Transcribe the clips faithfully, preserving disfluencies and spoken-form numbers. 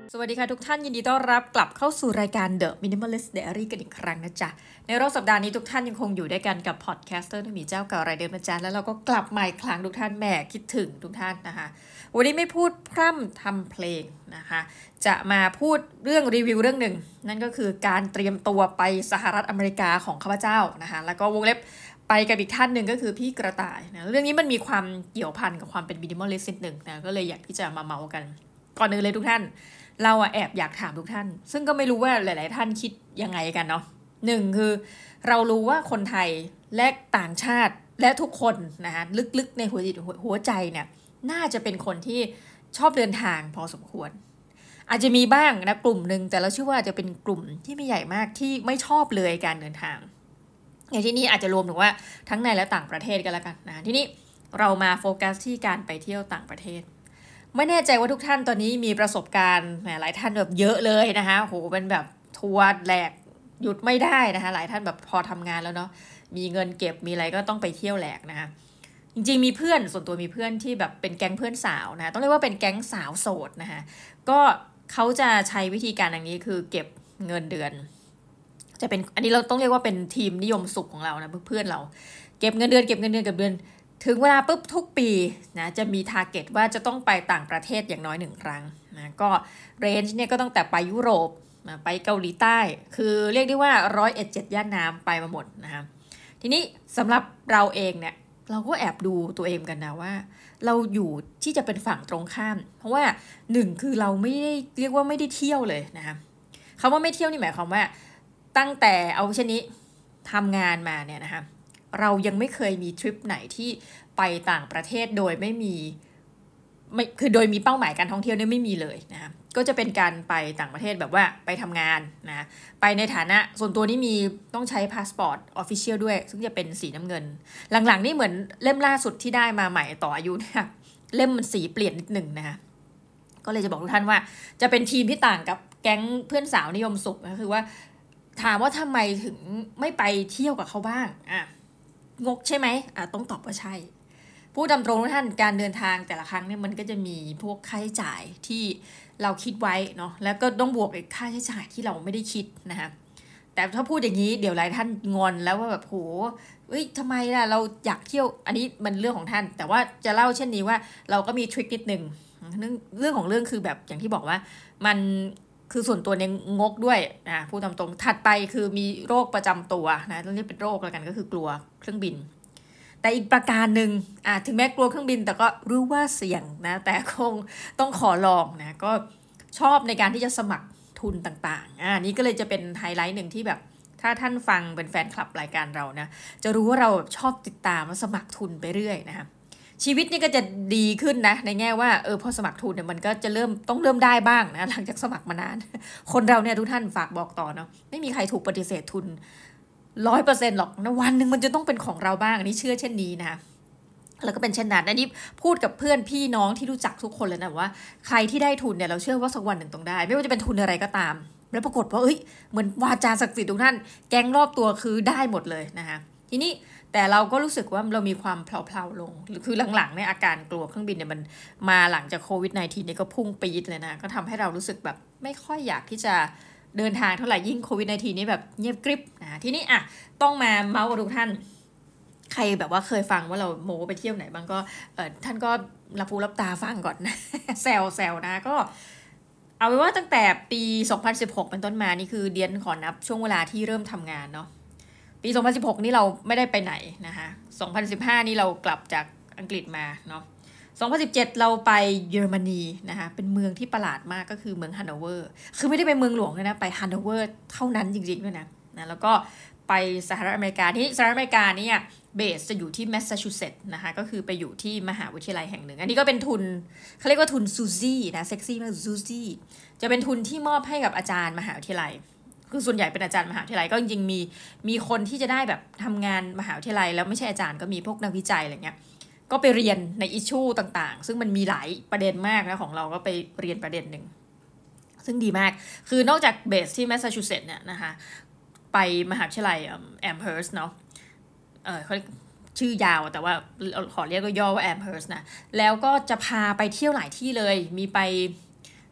สวัสดีค่ะทุกท่านยินดีต้อนรับกลับเข้าสู่รายการ The Minimalist Diary กันอีกครั้งนะจ๊ะในรอบสัปดาห์นี้ทุกท่านยังคงอยู่ด้วยกันกับพอดแคสเตอร์ที่มีเจ้าเก่ารายเดิมนะจ๊ะแล้วเราก็กลับมาอีกครั้งทุกท่านแหมคิดถึงทุกท่านนะคะวันนี้ไม่พูดพร่ำทำเพลงนะคะจะมาพูดเรื่องรีวิวเรื่องหนึ่งนั่นก็คือการเตรียมตัวไปสหรัฐอเมริกาของข้าพเจ้านะคะแล้วก็วงเล็บไปกับอีกท่านหนึ่งก็คือพี่กระต่ายนะเรื่องนี้มันมีความเกี่ยวพันกับความเป็น minimalist นิดหนึ่งนะก็เลยอยากที่จะมาเมากันก่อนอื่นเลยทุกท่านเราอะแอบอยากถามทุกท่านซึ่งก็ไม่รู้ว่าหลายๆท่านคิดยังไงกันเนาะหนึ่งคือเรารู้ว่าคนไทยและต่างชาติและทุกคนนะคะลึกๆในหัวจิตหัวใจเนี่ยน่าจะเป็นคนที่ชอบเดินทางพอสมควรอาจจะมีบ้างนะกลุ่มหนึ่งแต่เราเชื่อว่าจะเป็นกลุ่มที่ไม่ใหญ่มากที่ไม่ชอบเลยการเดินทางอย่างที่นี่อาจจะรวมถึงว่าทั้งในและต่างประเทศกันแล้วกันนะที่นี่เรามาโฟกัสที่การไปเที่ยวต่างประเทศไม่แน่ใจว่าทุกท่านตอนนี้มีประสบการณ์หลายท่านแบบเยอะเลยนะคะโหเป็นแบบทัวร์แหลกหยุดไม่ได้นะคะหลายท่านแบบพอทำงานแล้วเนาะมีเงินเก็บมีอะไรก็ต้องไปเที่ยวแหลกนะคะจริงๆมีเพื่อนส่วนตัวมีเพื่อนที่แบบเป็นแก๊งเพื่อนสาวนะต้องเรียกว่าเป็นแก๊งสาวโสดนะคะก็เขาจะใช้วิธีการอย่างนี้คือเก็บเงินเดือนจะเป็นอันนี้เราต้องเรียกว่าเป็นทีมนิยมสุขของเรานะเพื่อนเราเก็บเงินเดือนเก็บเงินเดือนเก็บเดือนถึงเวลาปุ๊บทุกปีนะจะมีทาร์เก็ตว่าจะต้องไปต่างประเทศอย่างน้อยหนึ่งครั้งนะก็เรนจ์เนี่ยก็ตั้งแต่ไปยุโรปนะไปเกาหลีใต้คือเรียกได้ว่าร้อยเอ็ดเจ็ดย่านน้ำไปมาหมดนะคะทีนี้สำหรับเราเองเนี่ยเราก็แอบดูตัวเองกันนะว่าเราอยู่ที่จะเป็นฝั่งตรงข้ามเพราะว่าหนึ่งคือเราไม่ได้เรียกว่าไม่ได้เที่ยวเลยนะคะคำว่าไม่เที่ยวนี่หมายความว่าตั้งแต่เอาเช่นนี้ทำงานมาเนี่ยนะคะเรายังไม่เคยมีทริปไหนที่ไปต่างประเทศโดยไม่มีไม่คือโดยมีเป้าหมายการท่องเที่ยวเนี่ยไม่มีเลยนะคะก็จะเป็นการไปต่างประเทศแบบว่าไปทำงานนะไปในฐานะส่วนตัวนี่มีต้องใช้พาสปอร์ตออฟฟิเชียลด้วยซึ่งจะเป็นสีน้ำเงินหลังๆนี่เหมือนเล่มล่าสุดที่ได้มาใหม่ต่ออายุเนี่ยเล่มมันสีเปลี่ยนนิดหนึ่งนะคะก็เลยจะบอกทุกท่านว่าจะเป็นทีมที่ต่างกับแก๊งเพื่อนสาวนิยมสุขก็คือว่าถามว่าทำไมถึงไม่ไปเที่ยวกับเขาบ้างอ่ะงกใช่ไหมอ่ะต้องตอบว่าใช่พูดตามตรงทุกท่านการเดินทางแต่ละครั้งเนี่ยมันก็จะมีพวกค่าใช้จ่ายที่เราคิดไว้เนาะแล้วก็ต้องบวกอีกค่าใช้จ่ายที่เราไม่ได้คิดนะคะแต่ถ้าพูดอย่างนี้เดี๋ยวหลายท่านงอนแล้วว่าแบบโหเอ้ยทำไมล่ะเราอยากเที่ยวอันนี้มันเรื่องของท่านแต่ว่าจะเล่าเช่นนี้ว่าเราก็มีทริคนิดนึงเรื่องของเรื่องคือแบบอย่างที่บอกว่ามันคือส่วนตัวเนี่ยงกด้วยนะพูดตามตรงถัดไปคือมีโรคประจำตัวนะต้องเรียกเป็นโรคแล้วกันก็คือกลัวเครื่องบินแต่อีกประการหนึ่งอ่ะถึงแม้กลัวเครื่องบินแต่ก็รู้ว่าเสี่ยงนะแต่คงต้องขอลองนะก็ชอบในการที่จะสมัครทุนต่างๆอ่านี่ก็เลยจะเป็นไฮไลท์หนึ่งที่แบบถ้าท่านฟังเป็นแฟนคลับรายการเรานะจะรู้ว่าเราชอบติดตามและสมัครทุนไปเรื่อยนะคะชีวิตนี่ก็จะดีขึ้นนะในแง่ว่าเออพอสมัครทุนเนี่ยมันก็จะเริ่มต้องเริ่มได้บ้างนะหลังจากสมัครมานานคนเราเนี่ยทุกท่านฝากบอกต่อเนาะไม่มีใครถูกปฏิเสธทุนร้อยเปอร์เซ็นต์หรอกนะวันหนึ่งมันจะต้องเป็นของเราบ้างอันนี้เชื่อเช่นนี้นะแล้วก็เป็นเช่นนั้นอันนี้พูดกับเพื่อนพี่น้องที่รู้จักทุกคนเลยนะว่าใครที่ได้ทุนเนี่ยเราเชื่อว่าสักวันหนึ่งต้องได้ไม่ว่าจะเป็นทุนอะไรก็ตามแล้วปรากฏว่าเอ้ยเหมือนวาจาศักดิ์สิทธิ์ทุกท่านแก๊งรอบตัวคือได้หมดเลยนะคะทีนี้แต่เราก็รู้สึกว่าเรามีความเพลาๆลงคือหลังๆเนี่ยอาการกลัวเครื่องบินเนี่ยมันมาหลังจากโควิด สิบเก้า เนี่ยก็พุ่งปี๊ดเลยนะก็ทำให้เรารู้สึกแบบไม่ค่อยอยากที่จะเดินทางเท่าไหร่ยิ่งโควิด สิบเก้า นี่แบบเงียบกริบนะทีนี้อ่ะต้องมาเมาส์กับทุกท่านใครแบบว่าเคยฟังว่าเราโม้ไปเที่ยวไหนบ้างก็เออท่านก็รับรู้รับตาฟังก่อนนะ แซวแซวนะก็เอาไว้ว่าตั้งแต่ปีสองพันสิบหกเป็นต้นมานี่คือเดียนขอนับช่วงเวลาที่เริ่มทำงานเนาะปีสองพันสิบหกนี่เราไม่ได้ไปไหนนะคะสองพันสิบห้านี่เรากลับจากอังกฤษมาเนาะสองพันสิบเจ็ดเราไปเยอรมนีนะคะเป็นเมืองที่ประหลาดมากก็คือเมืองฮันโนเวอร์คือไม่ได้ไปเมืองหลวงเลยนะไปฮันโนเวอร์เท่านั้นจริงๆด้วยนะนะแล้วก็ไปสหรัฐอเมริกาที่สหรัฐอเมริกาเนี่ยเบสจะอยู่ที่แมสซาชูเซตส์นะคะก็คือไปอยู่ที่มหาวิทยาลัยแห่งหนึ่งอันนี้ก็เป็นทุนเขาเรียกว่าทุนซูซี่นะเซ็กซี่มากซูซี่จะเป็นทุนที่มอบให้กับอาจารย์มหาวิทยาลัยคือส่วนใหญ่เป็นอาจารย์มหาวิทยาลัยก็จริงๆมีมีคนที่จะได้แบบทำงานมหาวิทยาลัยแล้วไม่ใช่อาจารย์ก็มีพวกนักวิจัยอะไรเงี้ยก็ไปเรียนในอิชชูต่างๆซึ่งมันมีหลายประเด็นมากนะของเราก็ไปเรียนประเด็นหนึ่งซึ่งดีมากคือนอกจากเบสที่แมสซาชูเซตส์เนี่ยนะคะไปมหาวิทยาลัยแอมเฮิร์สเนาะเออเขาชื่อยาวแต่ว่าขอเรียกก็ย่อว่าแอมเฮิร์สนะแล้วก็จะพาไปเที่ยวหลายที่เลยมีไป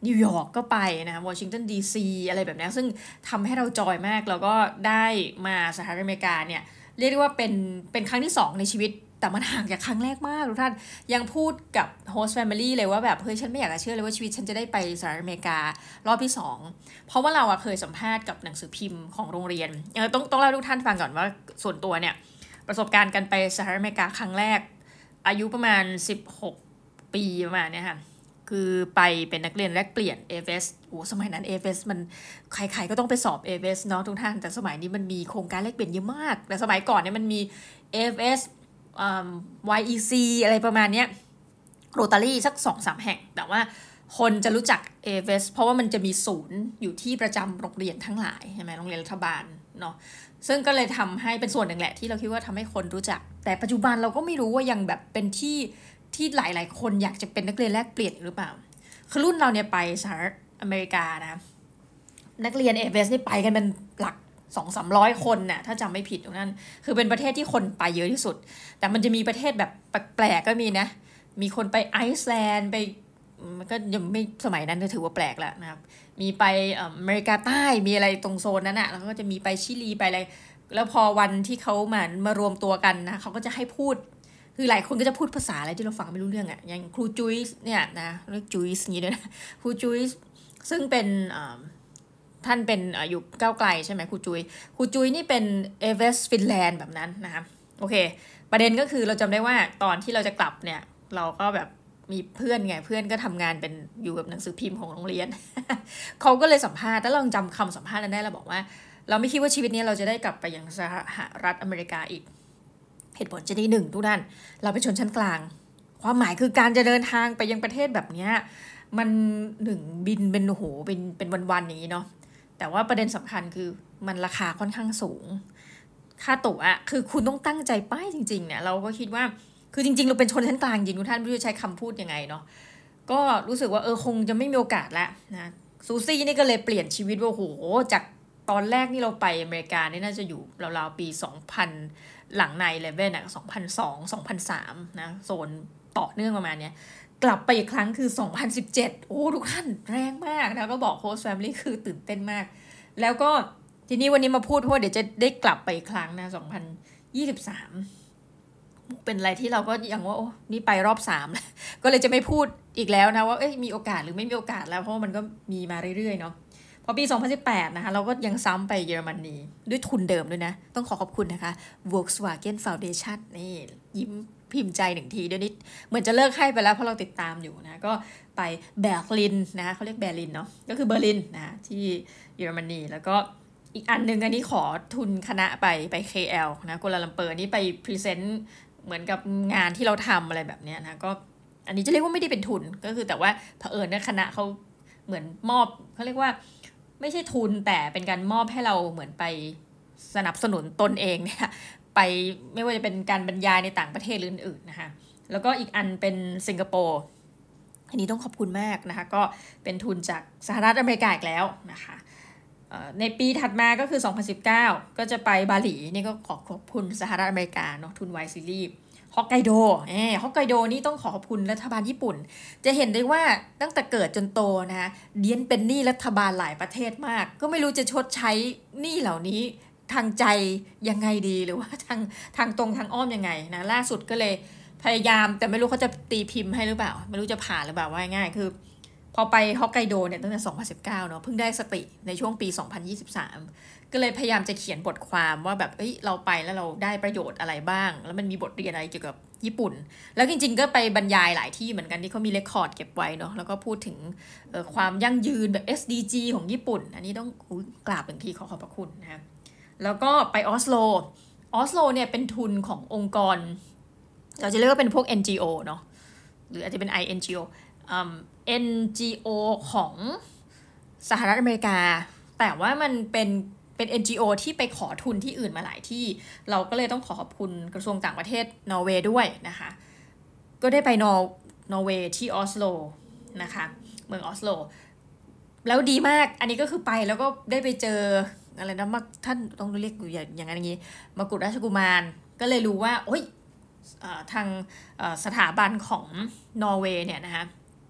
นิวยอร์กก็ไปนะวอชิงตันดีซีอะไรแบบนี้ซึ่งทำให้เราจอยมากแล้วก็ได้มาสหรัฐอเมริกาเนี่ยเรียกได้ว่าเป็นเป็นครั้งที่สองในชีวิตแต่มันห่างจากครั้งแรกมากทุกท่านยังพูดกับโฮสต์แฟมิลี่เลยว่าแบบเฮ้ยฉันไม่อยากจะเชื่อเลยว่าชีวิตฉันจะได้ไปสหรัฐอเมริการอบที่สองเพราะว่าเราอะเคยสัมภาษณ์กับหนังสือพิมพ์ของโรงเรียนเออต้องต้องเล่าทุกท่านฟังก่อนว่าส่วนตัวเนี่ยประสบการณ์การไปสหรัฐอเมริกาครั้งแรกอายุประมาณสิบหกปีประมาณนี้ค่ะคือไปเป็นนักเรียนแลกเปลี่ยน เอ เอฟ เอส โอ้สมัยนั้น เอ เอฟ เอส มันใครๆก็ต้องไปสอบ เอ เอฟ เอส เนาะทุกท่านแต่สมัยนี้มันมีโครงการแลกเปลี่ยนเยอะมากแต่สมัยก่อนเนี่ยมันมี เอ เอฟ เอส อ่า วาย อี ซี อะไรประมาณเนี้ยโรตารี่สัก สองสาม แห่งแต่ว่าคนจะรู้จัก เอ เอฟ เอส เพราะว่ามันจะมีศูนย์อยู่ที่ประจำโรงเรียนทั้งหลายใช่ไหมโรงเรียนรัฐบาลเนาะซึ่งก็เลยทำให้เป็นส่วนหนึ่งแหละที่เราคิดว่าทำให้คนรู้จักแต่ปัจจุบันเราก็ไม่รู้ว่ายังแบบเป็นที่ที่หลายๆคนอยากจะเป็นนักเรียนแลกเปลี่ยนหรือเปล่าคือรุ่นเราเนี่ยไปสหรัฐอเมริกานะนักเรียน เอ เอฟ เอส นี่ไปกันเป็นหลัก สองถึงสามร้อย คนน่ะถ้าจำไม่ผิดตรงนั้นคือเป็นประเทศที่คนไปเยอะที่สุดแต่มันจะมีประเทศแบบแปลกๆก็มีนะมีคนไปไอซ์แลนด์ไปมันก็ยังไม่สมัยนั้นก็ถือว่าแปลกแล้วนะครับมีไปอเมริกาใต้มีอะไรตรงโซนนั้นอ่ะแล้วก็จะมีไปชิลีไปอะไรแล้วพอวันที่เขามามารวมตัวกันนะเขาก็จะให้พูดคือหลายคนก็จะพูดภาษาอะไรที่เราฟังไม่รู้เรื่องอ่ะอย่างครูจุ้ยเนี่ยนะเรียกจุ้ยอย่างนี้ด้วยนะครูจุ้ยซึ่งเป็นท่านเป็นอยู่ก้าวไกลใช่ไหมครูจุ้ยครูจุ้ยนี่เป็น เอ เอฟ เอส ฟินแลนด์แบบนั้นนะคะโอเคประเด็นก็คือเราจำได้ว่าตอนที่เราจะกลับเนี่ยเราก็แบบมีเพื่อนไงเพื่อนก็ทำงานเป็นอยู่กับหนังสือพิมพ์ของโรงเรียน เขาก็เลยสัมภาษณ์แล้วเราจำคำสัมภาษณ์นั้นได้เราบอกว่าเราไม่คิดว่าชีวิตนี้เราจะได้กลับไปยังสหรัฐอเมริกาอีกเหตุผลจะได้หนึ่งทุกท่านเราเป็นชนชั้นกลางความหมายคือการจะเดินทางไปยังประเทศแบบนี้มันหนึ่งบินเป็นโหเป็นเป็นวันๆอย่างนี้เนาะแต่ว่าประเด็นสำคัญคือมันราคาค่อนข้างสูงค่าตั๋วอะคือคุณต้องตั้งใจป้ายจริงๆเนี่ยเราก็คิดว่าคือจริงๆเราเป็นชนชั้นกลางจริงทุกท่านไม่รู้จะใช้คำพูดยังไงเนาะก็รู้สึกว่าเออคงจะไม่มีโอกาสแล้วนะซูซี่นี่ก็เลยเปลี่ยนชีวิตว่าโหจากตอนแรกนี่เราไปอเมริกานี่น่าจะอยู่ราวๆปีสองพันหลังในเลเว่นอะสองพันสอง สองพันสามนะโซนต่อเนื่องประมาณเนี้ยกลับไปอีกครั้งคือสองพันสิบเจ็ดโอ้ทุกท่านแรงมากแล้วก็บอกโฮสต์แฟมิลี่คือตื่นเต้นมากแล้วก็ทีนี้วันนี้มาพูดเพราะเดี๋ยวจะได้กลับไปอีกครั้งนะสองพันยี่สิบสามเป็นอะไรที่เราก็ยังว่าโอ้นี่ไปรอบสามก็เลยจะไม่พูดอีกแล้วนะว่าเอ้ยมีโอกาสหรือไม่มีโอกาสแล้วเพราะมันก็มีมาเรื่อยๆเนาะพอปีสองพันสิบแปดนะคะเราก็ยังซ้ำไปเยอรมนีด้วยทุนเดิมด้วยนะต้องขอขอบคุณนะคะ Volkswagen Foundation นี่ยิ้มพิมพ์ใจหนึ่งทีเดี๋ยวนี้เหมือนจะเลิกให้ไปแล้วเพราะเราติดตามอยู่นะก็ไปเบอร์ลินนะเขาเรียกเบอร์ลินเนาะก็คือเบอร์ลินนะที่เยอรมนีแล้วก็อีกอันนึงอันนี้ขอทุนคณะไปไป เค แอล นะกัวลาลัมเปอร์นี่ไปพรีเซนต์เหมือนกับงานที่เราทำอะไรแบบนี้นะก็อันนี้จะเรียกว่าไม่ได้เป็นทุนก็คือแต่ว่าเผอิญนะคณะเขาเหมือนมอบเขาเรียกว่าไม่ใช่ทุนแต่เป็นการมอบให้เราเหมือนไปสนับสนุนตนเองเนี่ยไปไม่ว่าจะเป็นการบรรยายในต่างประเทศหรืออื่นๆนะคะแล้วก็อีกอันเป็นสิงคโปร์อันนี้ต้องขอบคุณมากนะคะก็เป็นทุนจากสหรัฐอเมริกาอีกแล้วนะคะในปีถัดมาก็คือสองพันสิบเก้าก็จะไปบาหลีนี่ก็ขอขอบคุณสหรัฐอเมริกาเนาะทุน Y Series ฮอกไกโดเออฮอกไกโดนี่ต้องขอขอบคุณรัฐบาลญี่ปุ่นจะเห็นได้ว่าตั้งแต่เกิดจนโตนะคะเดียนเป็นหนี้รัฐบาลหลายประเทศมากก็ไม่รู้จะชดใช้หนี้เหล่านี้ทางใจยังไงดีหรือว่าทางทางตรงทางอ้อมยังไงนะล่าสุดก็เลยพยายามแต่ไม่รู้เขาจะตีพิมพ์ให้หรือเปล่าไม่รู้จะผ่านหรือเปล่าว่าง่ายคือพอไปฮอกไกโดเนี่ยตั้งแต่สองพันสิบเก้าเนาะเพิ่งได้สติในช่วงปีสองพันยี่สิบสามก็เลยพยายามจะเขียนบทความว่าแบบเอ้ยเราไปแล้วเราได้ประโยชน์อะไรบ้างแล้วมันมีบทเรียนอะไรเกี่ยวกับญี่ปุ่นแล้วจริงๆก็ไปบรรยายหลายที่เหมือนกันที่เขามีเรคคอร์ดเก็บไว้เนาะแล้วก็พูดถึงความยั่งยืนแบบ เอส ดี จี ของญี่ปุ่นอันนี้ต้องกราบหนึ่งทีขอขอบพระคุณนะคะแล้วก็ไปออสโลออสโลเนี่ยเป็นทุนขององค์กรเราจะเรียกว่าเป็นพวก เอ็น จี โอ เนาะหรืออาจจะเป็น ไอ เอ็น จี โอ อืม เอ็น จี โอ ของสหรัฐอเมริกาแต่ว่ามันเป็นเป็น เอ็น จี โอ ที่ไปขอทุนที่อื่นมาหลายที่เราก็เลยต้องขอขอบคุณกระทรวงต่างประเทศนอร์เวย์ด้วยนะคะก็ได้ไปนอร์นอร์เวย์ที่ออสโลนะคะเมืองออสโลแล้วดีมากอันนี้ก็คือไปแล้วก็ได้ไปเจออะไรนะมาท่านต้องเรียกอย่างนั้นอย่างนี้มกุฎราชกุมารก็เลยรู้ว่าโอ๊ยทางสถาบันของนอร์เวย์เนี่ยนะคะ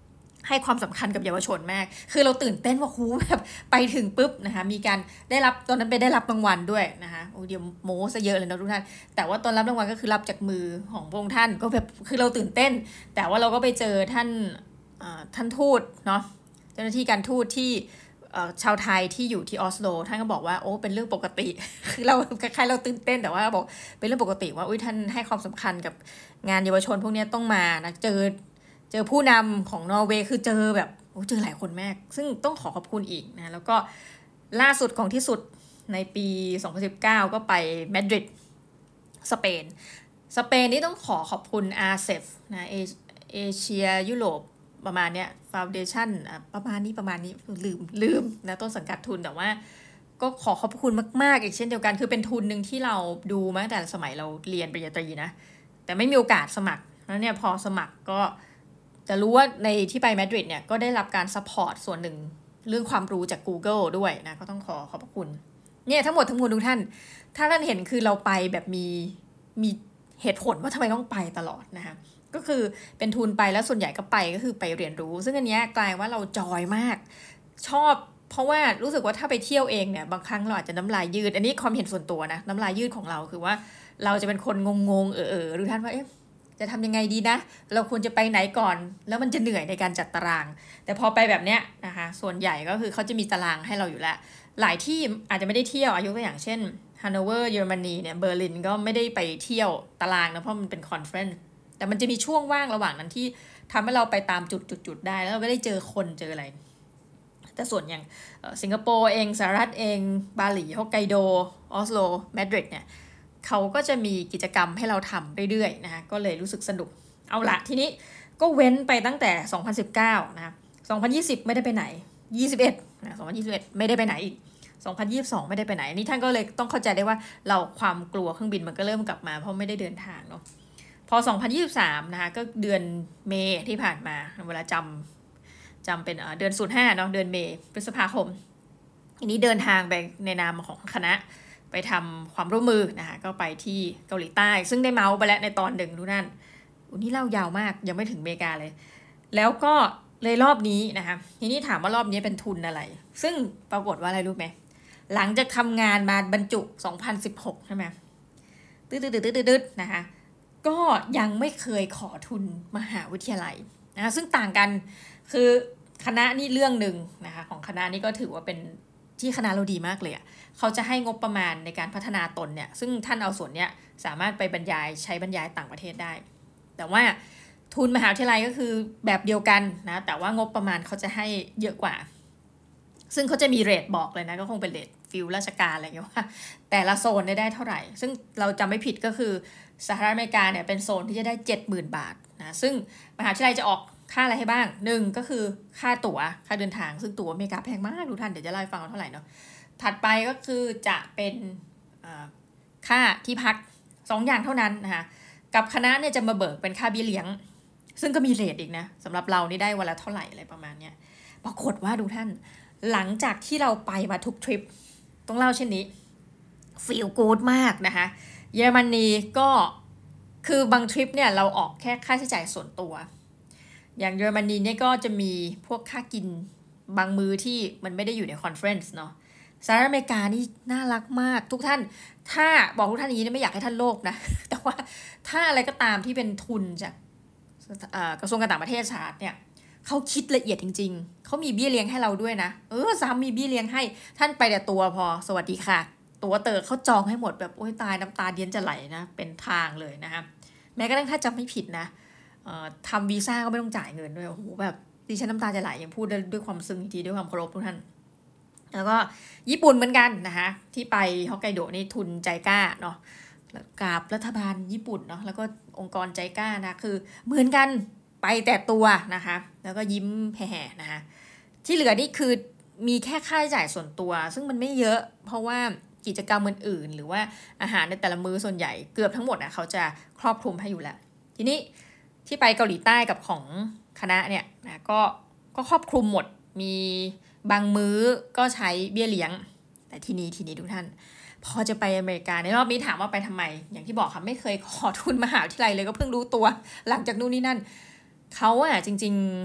ให้ความสำคัญกับเยาวชนมากคือเราตื่นเต้นว่าหูแบบไปถึงปุ๊บนะคะมีการได้รับตอนนั้นไปได้รับรางวัลด้วยนะคะโอ้เดี๋ยวโม้ซะเยอะเลยนะทุกท่านแต่ว่าตอนรับรางวัลก็คือรับจากมือของพระองค์ท่านก็แบบคือเราตื่นเต้นแต่ว่าเราก็ไปเจอท่านท่านทูตเนาะเจ้าหน้าที่การทูตที่ชาวไทยที่อยู่ที่ออสโลท่านก็บอกว่าโอ้เป็นเรื่องปกติคือเราคล้ายๆเราตื่นเต้นแต่ว่าบอกเป็นเรื่องปกติว่าอุ้ยท่านให้ความสำคัญกับงานเยาวชนพวกนี้ต้องมานะเจอเจอผู้นำของนอร์เวย์คือเจอแบบโอ้เจอหลายคนมากซึ่งต้องขอขอบคุณอีกนะแล้วก็ล่าสุดของที่สุดในปีสองพันสิบเก้าก็ไปมาดริดสเปนสเปนนี่ต้องขอขอบคุณ อาร์ ซี อี เอฟ นะเอเชียยุโรปประมาณเนี้ย Foundation ประมาณนี้ประมาณนี้ลืมลืมนะต้นสังกัดทุนแต่ว่าก็ขอขอบคุณมากๆอีกเช่นเดียวกันคือเป็นทุนนึงที่เราดูมาตั้งแต่สมัยเราเรียนปริญญาตรีนะแต่ไม่มีโอกาสสมัครแล้วเนี่ยพอสมัครก็จะรู้ว่าในที่ไปมาดริดเนี่ยก็ได้รับการซัพพอร์ตส่วนหนึ่งเรื่องความรู้จาก Google ด้วยนะก็ต้องขอขอบคุณเนี่ยทั้งหมดทั้งมวลทุกท่านถ้าท่านเห็นคือเราไปแบบมีมีเหตุผลว่าทำไมต้องไปตลอดนะคะก็คือเป็นทุนไปแล้วส่วนใหญ่ก็ไปก็คือไปเรียนรู้ซึ่งอันนี้กลายว่าเราจอยมากชอบเพราะว่ารู้สึกว่าถ้าไปเที่ยวเองเนี่ยบางครั้งเราอาจจะน้ำลายยืดอันนี้ความเห็นส่วนตัวนะน้ำลายยืดของเราคือว่าเราจะเป็นคนงงๆเออๆหรือท่านว่าเอ๊ะจะทำยังไงดีนะเราควรจะไปไหนก่อนแล้วมันจะเหนื่อยในการจัดตารางแต่พอไปแบบเนี้ยนะคะส่วนใหญ่ก็คือเขาจะมีตารางให้เราอยู่แล้วหลายที่อาจจะไม่ได้เที่ยวอายุตัวอย่างเช่นฮันโนเวอร์เยอรมนีเนี่ยเบอร์ลินก็ไม่ได้ไปเที่ยวตารางนะเพราะมันเป็นคอนเฟอเรนซ์แต่มันจะมีช่วงว่างระหว่างนั้นที่ทำให้เราไปตามจุดๆได้แล้วเราก็ได้เจอคนเจออะไรแต่ส่วนอย่างสิงคโปร์เองสหรัฐเองบาหลีฮอกไกโดออสโลมาดริดเนี่ยเขาก็จะมีกิจกรรมให้เราทำเรื่อยๆนะคะก็เลยรู้สึกสนุกเอาละทีนี้ก็เว้นไปตั้งแต่สองพันสิบเก้านะสองพันยี่สิบไม่ได้ไปไหนยี่สิบเอ็ดนะสองพันยี่สิบเอ็ดไม่ได้ไปไหนอีกสองพันยี่สิบสองไม่ได้ไปไหนนี่ท่านก็เลยต้องเข้าใจได้ว่าเราความกลัวเครื่องบินมันก็เริ่มกลับมาเพราะไม่ได้เดินทางเนาะพอสองพันยี่สิบสามนะคะก็เดือนเมษที่ผ่านมาเวลาจำจำเป็นเดือนศูนย์ห้าเนาะเดือนเมษพฤษภาคมทีนี้เดินทางไปในนามของคณะไปทำความร่วมมือนะคะก็ไปที่เกาหลีใต้ซึ่งได้เมาส์ไปแล้วในตอนหนึ่งทุกท่านอุ้ยนี่เล่ายาวมากยังไม่ถึงอเมริกาเลยแล้วก็เลยรอบนี้นะคะทีนี้ถามว่ารอบนี้เป็นทุนอะไรซึ่งปรากฏว่าอะไรรู้ไหมหลังจากทำงานมาบรรจุสองพันสิบหกใช่ไหมตืดๆๆๆๆนะคะก็ยังไม่เคยขอทุนมหาวิทยาลัยนะซึ่งต่างกันคือคณะนี่เรื่องหนึ่งนะคะของคณะนี้ก็ถือว่าเป็นที่คณะเราดีมากเลยอ่ะเขาจะให้งบประมาณในการพัฒนาตนเนี่ยซึ่งท่านเอาส่วนเนี้ยสามารถไปบรรยายใช้บรรยายต่างประเทศได้แต่ว่าทุนมหาวิทยาลัยก็คือแบบเดียวกันนะแต่ว่างบประมาณเขาจะให้เยอะกว่าซึ่งเขาจะมีเรทบอกเลยนะก็คงเป็นเรทฟิลราชการอะไรอย่างเงี้ยว่าแต่ละโซนได้ได้เท่าไหร่ซึ่งเราจำไม่ผิดก็คือสหรัฐอเมริกาเนี่ยเป็นโซนที่จะได้ เจ็ดหมื่น บาทนะซึ่งมหาวิทยาลัยจะออกค่าอะไรให้บ้างหนึ่งก็คือค่าตั๋วค่าเดินทางซึ่งตั๋วอเมริกาแพงมากทุกท่านเดี๋ยวจะเล่าให้ฟังเท่าไหร่เนาะถัดไปก็คือจะเป็นค่าที่พักสองอย่างเท่านั้นนะคะกับคณะเนี่ยจะมาเบิกเป็นค่าเบี้ยเลี้ยงซึ่งก็มีเรทอีกนะสำหรับเรานี่ได้วันละเท่าไหร่อะไรประมาณเนี้ยปรากฏว่าทุกท่านหลังจากที่เราไปมาทุกทริปต้องเล่าเช่นนี้ฟีลกู๊ดมากนะคะเยอรมนีก็คือบางทริปเนี่ยเราออกแค่ค่าใช้จ่ายส่วนตัวอย่างเยอรมนีเนี่ยก็จะมีพวกค่ากินบางมื้อที่มันไม่ได้อยู่ในคอนเฟอเรนซ์เนาะสหรัฐอเมริกานี่น่ารักมากทุกท่านถ้าบอกทุกท่านอย่างนี้ไม่อยากให้ท่านโลภนะแต่ว่าถ้าอะไรก็ตามที่เป็นทุนจากกระทรวงการต่างประเทศสหรัฐเนี่ยเขาคิดละเอียดจริงๆเขามีเบี้ยเลี้ยงให้เราด้วยนะเออซ้ำมีเบี้ยเลี้ยงให้ท่านไปแต่ตัวพอสวัสดีค่ะตัวเต๋อเขาจองให้หมดแบบโอ๊ยตายน้ำตาเดียนจะไหลนะเป็นทางเลยนะคะแม้กระทั่งถ้าจำไม่ผิดนะทำวีซ่าก็ไม่ต้องจ่ายเงินด้วยโอ้โหแบบดิฉันน้ำตาจะไหลยังพูดด้วยความซึ้งทีด้วยความเคารพทุกท่านแล้วก็ญี่ปุ่นเหมือนกันนะคะที่ไปฮอกไกโดนี่ทุนใจกล้าเนาะกับรัฐบาลญี่ปุ่นเนาะแล้วก็องค์กรใจกล้านะคือเหมือนกันไปแต่ตัวนะคะแล้วก็ยิ้มแห่ๆนะคะที่เหลือนี่คือมีแค่ค่าใช้จ่ายส่วนตัวซึ่งมันไม่เยอะเพราะว่ากิจกรรมอื่นๆหรือว่าอาหารในแต่ละมื้อส่วนใหญ่เกือบทั้งหมดนะเขาจะครอบคลุมให้อยู่แล้วทีนี้ที่ไปเกาหลีใต้กับของคณะเนี่ยนะก็ก็ครอบคลุมหมดมีบางมื้อก็ใช้เบี้ยเลี้ยงแต่ทีนี้ทีนี้ทุกท่านพอจะไปอเมริกาในรอบนี้ถามว่าไปทำไมอย่างที่บอกค่ะไม่เคยขอทุนมหาวิทยาลัยเลยก็เพิ่งรู้ตัวหลังจากนู่นนี่นั่นเขาอะจริงๆ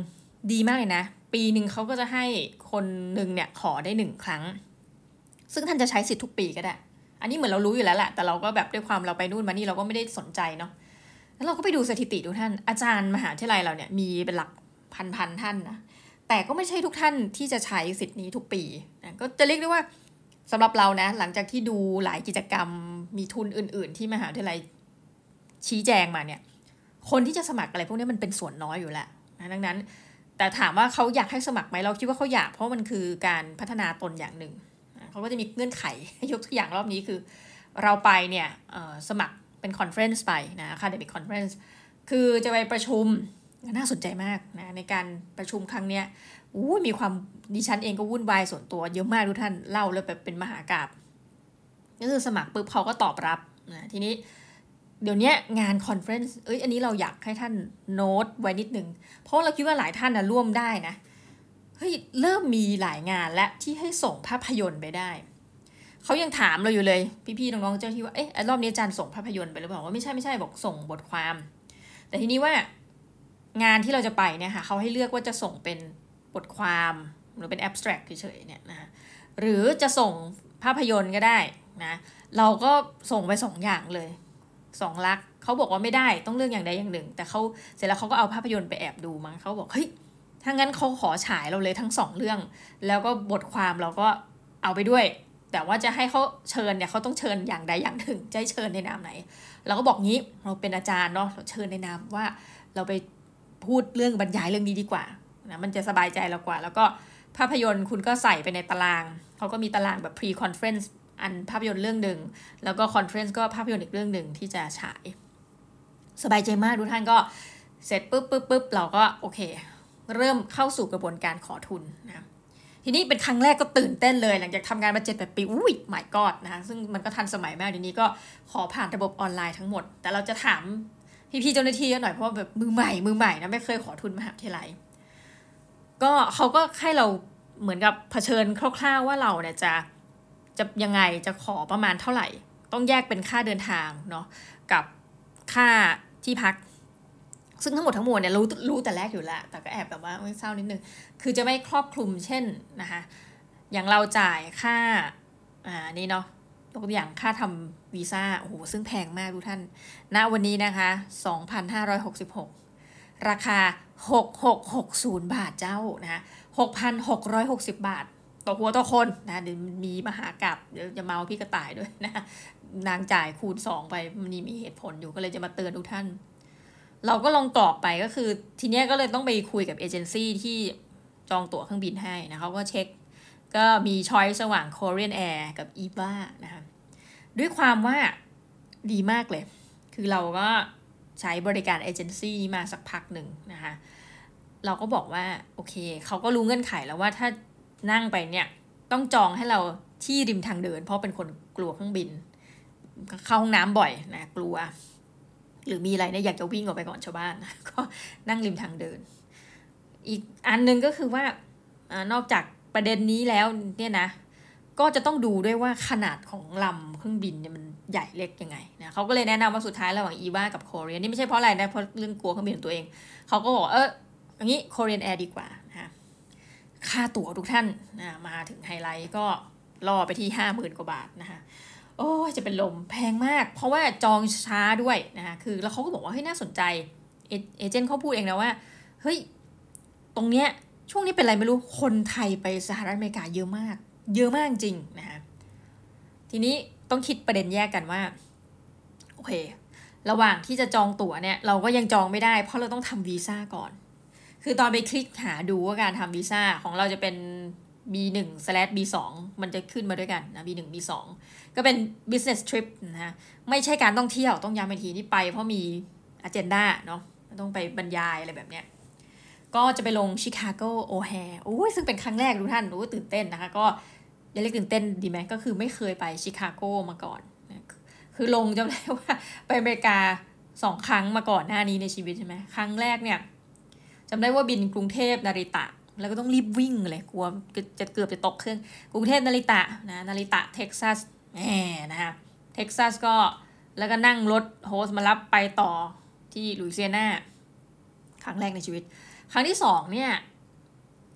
ดีมากเลยนะปีหนึ่งเขาก็จะให้คนหนึ่งเนี่ยขอได้หนึ่งครั้งซึ่งท่านจะใช้สิทธิ์ทุกปีก็ได้อันนี้เหมือนเรารู้อยู่แล้วแหละแต่เราก็แบบด้วยความเราไปนู่นมานี่เราก็ไม่ได้สนใจเนาะแล้วเราก็ไปดูสถิติดูท่านอาจารย์มหาวิทยาลัยเราเนี่ยมีเป็นหลักพันๆท่านนะแต่ก็ไม่ใช่ทุกท่านที่จะใช้สิทธิ์นี้ทุกปีนะก็จะเรียกได้ว่าสำหรับเรานะหลังจากที่ดูหลายกิจกรรมมีทุนอื่นๆที่มหาวิทยาลัยชี้แจงมาเนี่ยคนที่จะสมัครอะไรพวกนี้มันเป็นส่วนน้อยอยู่แล้วนะดังนั้นแต่ถามว่าเขาอยากให้สมัครไหมเราคิดว่าเขาอยากเพราะมันคือการพัฒนาตนอย่างหนึ่งเขาก็จะมีเงื่อนไขยกตัวอย่างรอบนี้คือเราไปเนี่ยสมัครเป็นคอนเฟรนซ์ไปนะ Academic Conference คือจะไปประชุมน่าสนใจมากนะในการประชุมครั้งเนี้ยอู้มีความดิฉันเองก็วุ่นวายส่วนตัวเยอะมากทุกท่านเล่าแล้วแบบเป็นมหากาพย์ก็คือสมัครปุ๊บเขาก็ตอบรับนะทีนี้เดี๋ยวนี้งานคอนเฟรนซ์เอ้ยอันนี้เราอยากให้ท่านโน้ตไว้นิดนึงเพราะเราคิดว่าหลายท่านนะร่วมได้นะเฮ้ยเริ่มมีหลายงานและที่ให้ส่งภาพยนตร์ไปได้เขายังถามเราอยู่เลยพี่ๆน้องๆเจ้าที่ว่าเอ๊ะรอบนี้อาจารย์ส่งภาพยนตร์ไปหรือเปล่าว่าไม่ใช่ไม่ใช่บอกส่งบทความแต่ทีนี้ว่างานที่เราจะไปเนี่ยค่ะเขาให้เลือกว่าจะส่งเป็นบทความหรือเป็น abstract เฉยๆเนี่ยนะหรือจะส่งภาพยนตร์ก็ได้นะเราก็ส่งไปสองอย่างเลยสองลักเขาบอกว่าไม่ได้ต้องเลือกอย่างใดอย่างหนึ่งแต่เขาเสร็จแล้วเขาก็เอาภาพยนตร์ไปแอบดูมั้งเขาบอกเฮ้ยถ้างั้นเขาขอฉายเราเลยทั้งสองเรื่องแล้วก็บทความเราก็เอาไปด้วยแต่ว่าจะให้เขาเชิญเนี่ยเขาต้องเชิญอย่างใดอย่างหนึ่งจะให้เชิญในนามไหนเราก็บอกงี้เราเป็นอาจารย์เนาะเชิญในนามว่าเราไปพูดเรื่องบรรยายเรื่องนี้ดีกว่านะมันจะสบายใจเรากว่าแล้วก็ภาพยนตร์คุณก็ใส่ไปในตารางเขาก็มีตารางแบบ pre conference อันภาพยนตร์เรื่องหนึ่งแล้วก็ conference ก็ภาพยนตร์อีกเรื่องหนึ่งที่จะฉายสบายใจมากทุกท่านก็เสร็จปุ๊บปุ๊บปุ๊บเราก็โอเคเริ่มเข้าสู่กระบวนการขอทุนนะทีนี้เป็นครั้งแรกก็ตื่นเต้นเลยหลังจากทำงานมาเจ็ดแปดปีอุ้ย my god นะคะซึ่งมันก็ทันสมัยมากเดี๋ยวนี้ก็ขอผ่านระบบออนไลน์ทั้งหมดแต่เราจะถามพี่ๆเจ้าหน้าที่หน่อยเพราะว่าแบบมือใหม่มือใหม่นะไม่เคยขอทุนมหาวิทยาลัยก็เขาก็ให้เราเหมือนกับเผชิญคร่าวๆว่าเราเนี่ยจะจะยังไงจะขอประมาณเท่าไหร่ต้องแยกเป็นค่าเดินทางเนาะกับค่าที่พักซึ่งทั้งหมดทั้งมวลเนี่ยรู้รู้แต่แรกอยู่แล้วแต่ก็แอบแบบว่าเศร้านิดนึงคือจะไม่ครอบคลุมเช่นนะคะอย่างเราจ่ายค่าอ่านี่เนาะยกตัวอย่างค่าทำวีซ่าโอ้โหซึ่งแพงมากทุกท่านณวันนี้นะคะ สองพันห้าร้อยหกสิบหก ราคาหกพันหกร้อยหกสิบบาทเจ้านะคะ หกพันหกร้อยหกสิบบาทต่อหัวต่อคนนะเดี๋ยวมีมหากาพย์เดี๋ยวจะเมาพี่กระต่ายด้วยนะนางจ่ายคูณสองไปมันมีเหตุผลอยู่ก็เลยจะมาเตือนทุกท่านเราก็ลองกรอกไปก็คือทีเนี้ยก็เลยต้องไปคุยกับเอเจนซี่ที่จองตั๋วเครื่องบินให้นะเขาก็เช็คก็มีช้อยส์ระหว่าง Korean Air กับ อี วี เอ นะคะด้วยความว่าดีมากเลยคือเราก็ใช้บริการเอเจนซี่มาสักพักหนึ่งนะคะเราก็บอกว่าโอเคเขาก็รู้เงื่อนไขแล้วว่าถ้านั่งไปเนี่ยต้องจองให้เราที่ริมทางเดินเพราะเป็นคนกลัวเครื่องบินเข้าห้องน้ำบ่อยนะกลัวหรือมีอะไรเนี่ยอยากจะวิ่งออกไปก่อนชาวบ้านก็นั่งริมทางเดินอีกอันนึงก็คือว่านอกจากประเด็นนี้แล้วเนี่ยนะก็จะต้องดูด้วยว่าขนาดของลำเครื่องบินเนี่ยมันใหญ่เล็กยังไงนะเขาก็เลยแนะนำว่าสุดท้ายระหว่าง อี วี เอ กับ Korea นี่ไม่ใช่เพราะอะไรนะเพราะเรื่องกลัวเครื่องบินของตัวเองเขาก็บอกเอออย่างนี้ Korean Air ดีกว่านะค่าตั๋วทุกท่านนะมาถึงไฮไลท์ก็ล่อไปที่ ห้าหมื่น กว่าบาทนะคะโอ้ยจะเป็นลมแพงมากเพราะว่าจองช้าด้วยนะคะคือแล้วเขาก็บอกว่าเฮ้ยน่าสนใจเอเจนต์เขาพูดเองนะว่าเฮ้ยตรงเนี้ยช่วงนี้เป็นอะไรไม่รู้คนไทยไปสหรัฐอเมริกาเยอะมากเยอะมากจริงนะคะทีนี้ต้องคิดประเด็นแยกกันว่าโอเคระหว่างที่จะจองตั๋วเนี่ยเราก็ยังจองไม่ได้เพราะเราต้องทำวีซ่าก่อนคือตอนไปคลิกหาดูว่าการทำวีซ่าของเราจะเป็น บี หนึ่ง บี สอง มันจะขึ้นมาด้วยกันนะ บี หนึ่ง บี สอง ก็เป็น business trip นะฮะไม่ใช่การท่องเที่ยวต้องย้ำอีกทีนี่ไปเพราะมี agenda เนาะต้องไปบรรยายอะไรแบบเนี้ยก็จะไปลงชิคาโกโอแฮร์โอ้ยซึ่งเป็นครั้งแรกทุกท่านโอ้ตื่นเต้นนะคะก็อย่าเรียกตื่นเต้นดีไหมก็คือไม่เคยไปชิคาโกมาก่อนนะคือลงจำได้ว่าไปอเมริกาสองครั้งมาก่อนหน้านี้ในชีวิตใช่ไหมครั้งแรกเนี่ยจำได้ว่าบินกรุงเทพนาริตะแล้วก็ต้องรีบวิ่งเลยกลัวจะเกือบจะตกเครื่องกรุงเทพนาริตะนะนาริตะเท็กซัสแหมนะคะเท็กซัสก็แล้วก็นั่งรถโฮสต์มารับไปต่อที่ลุยเซียนาครั้งแรกในชีวิตครั้งที่สองเนี่ย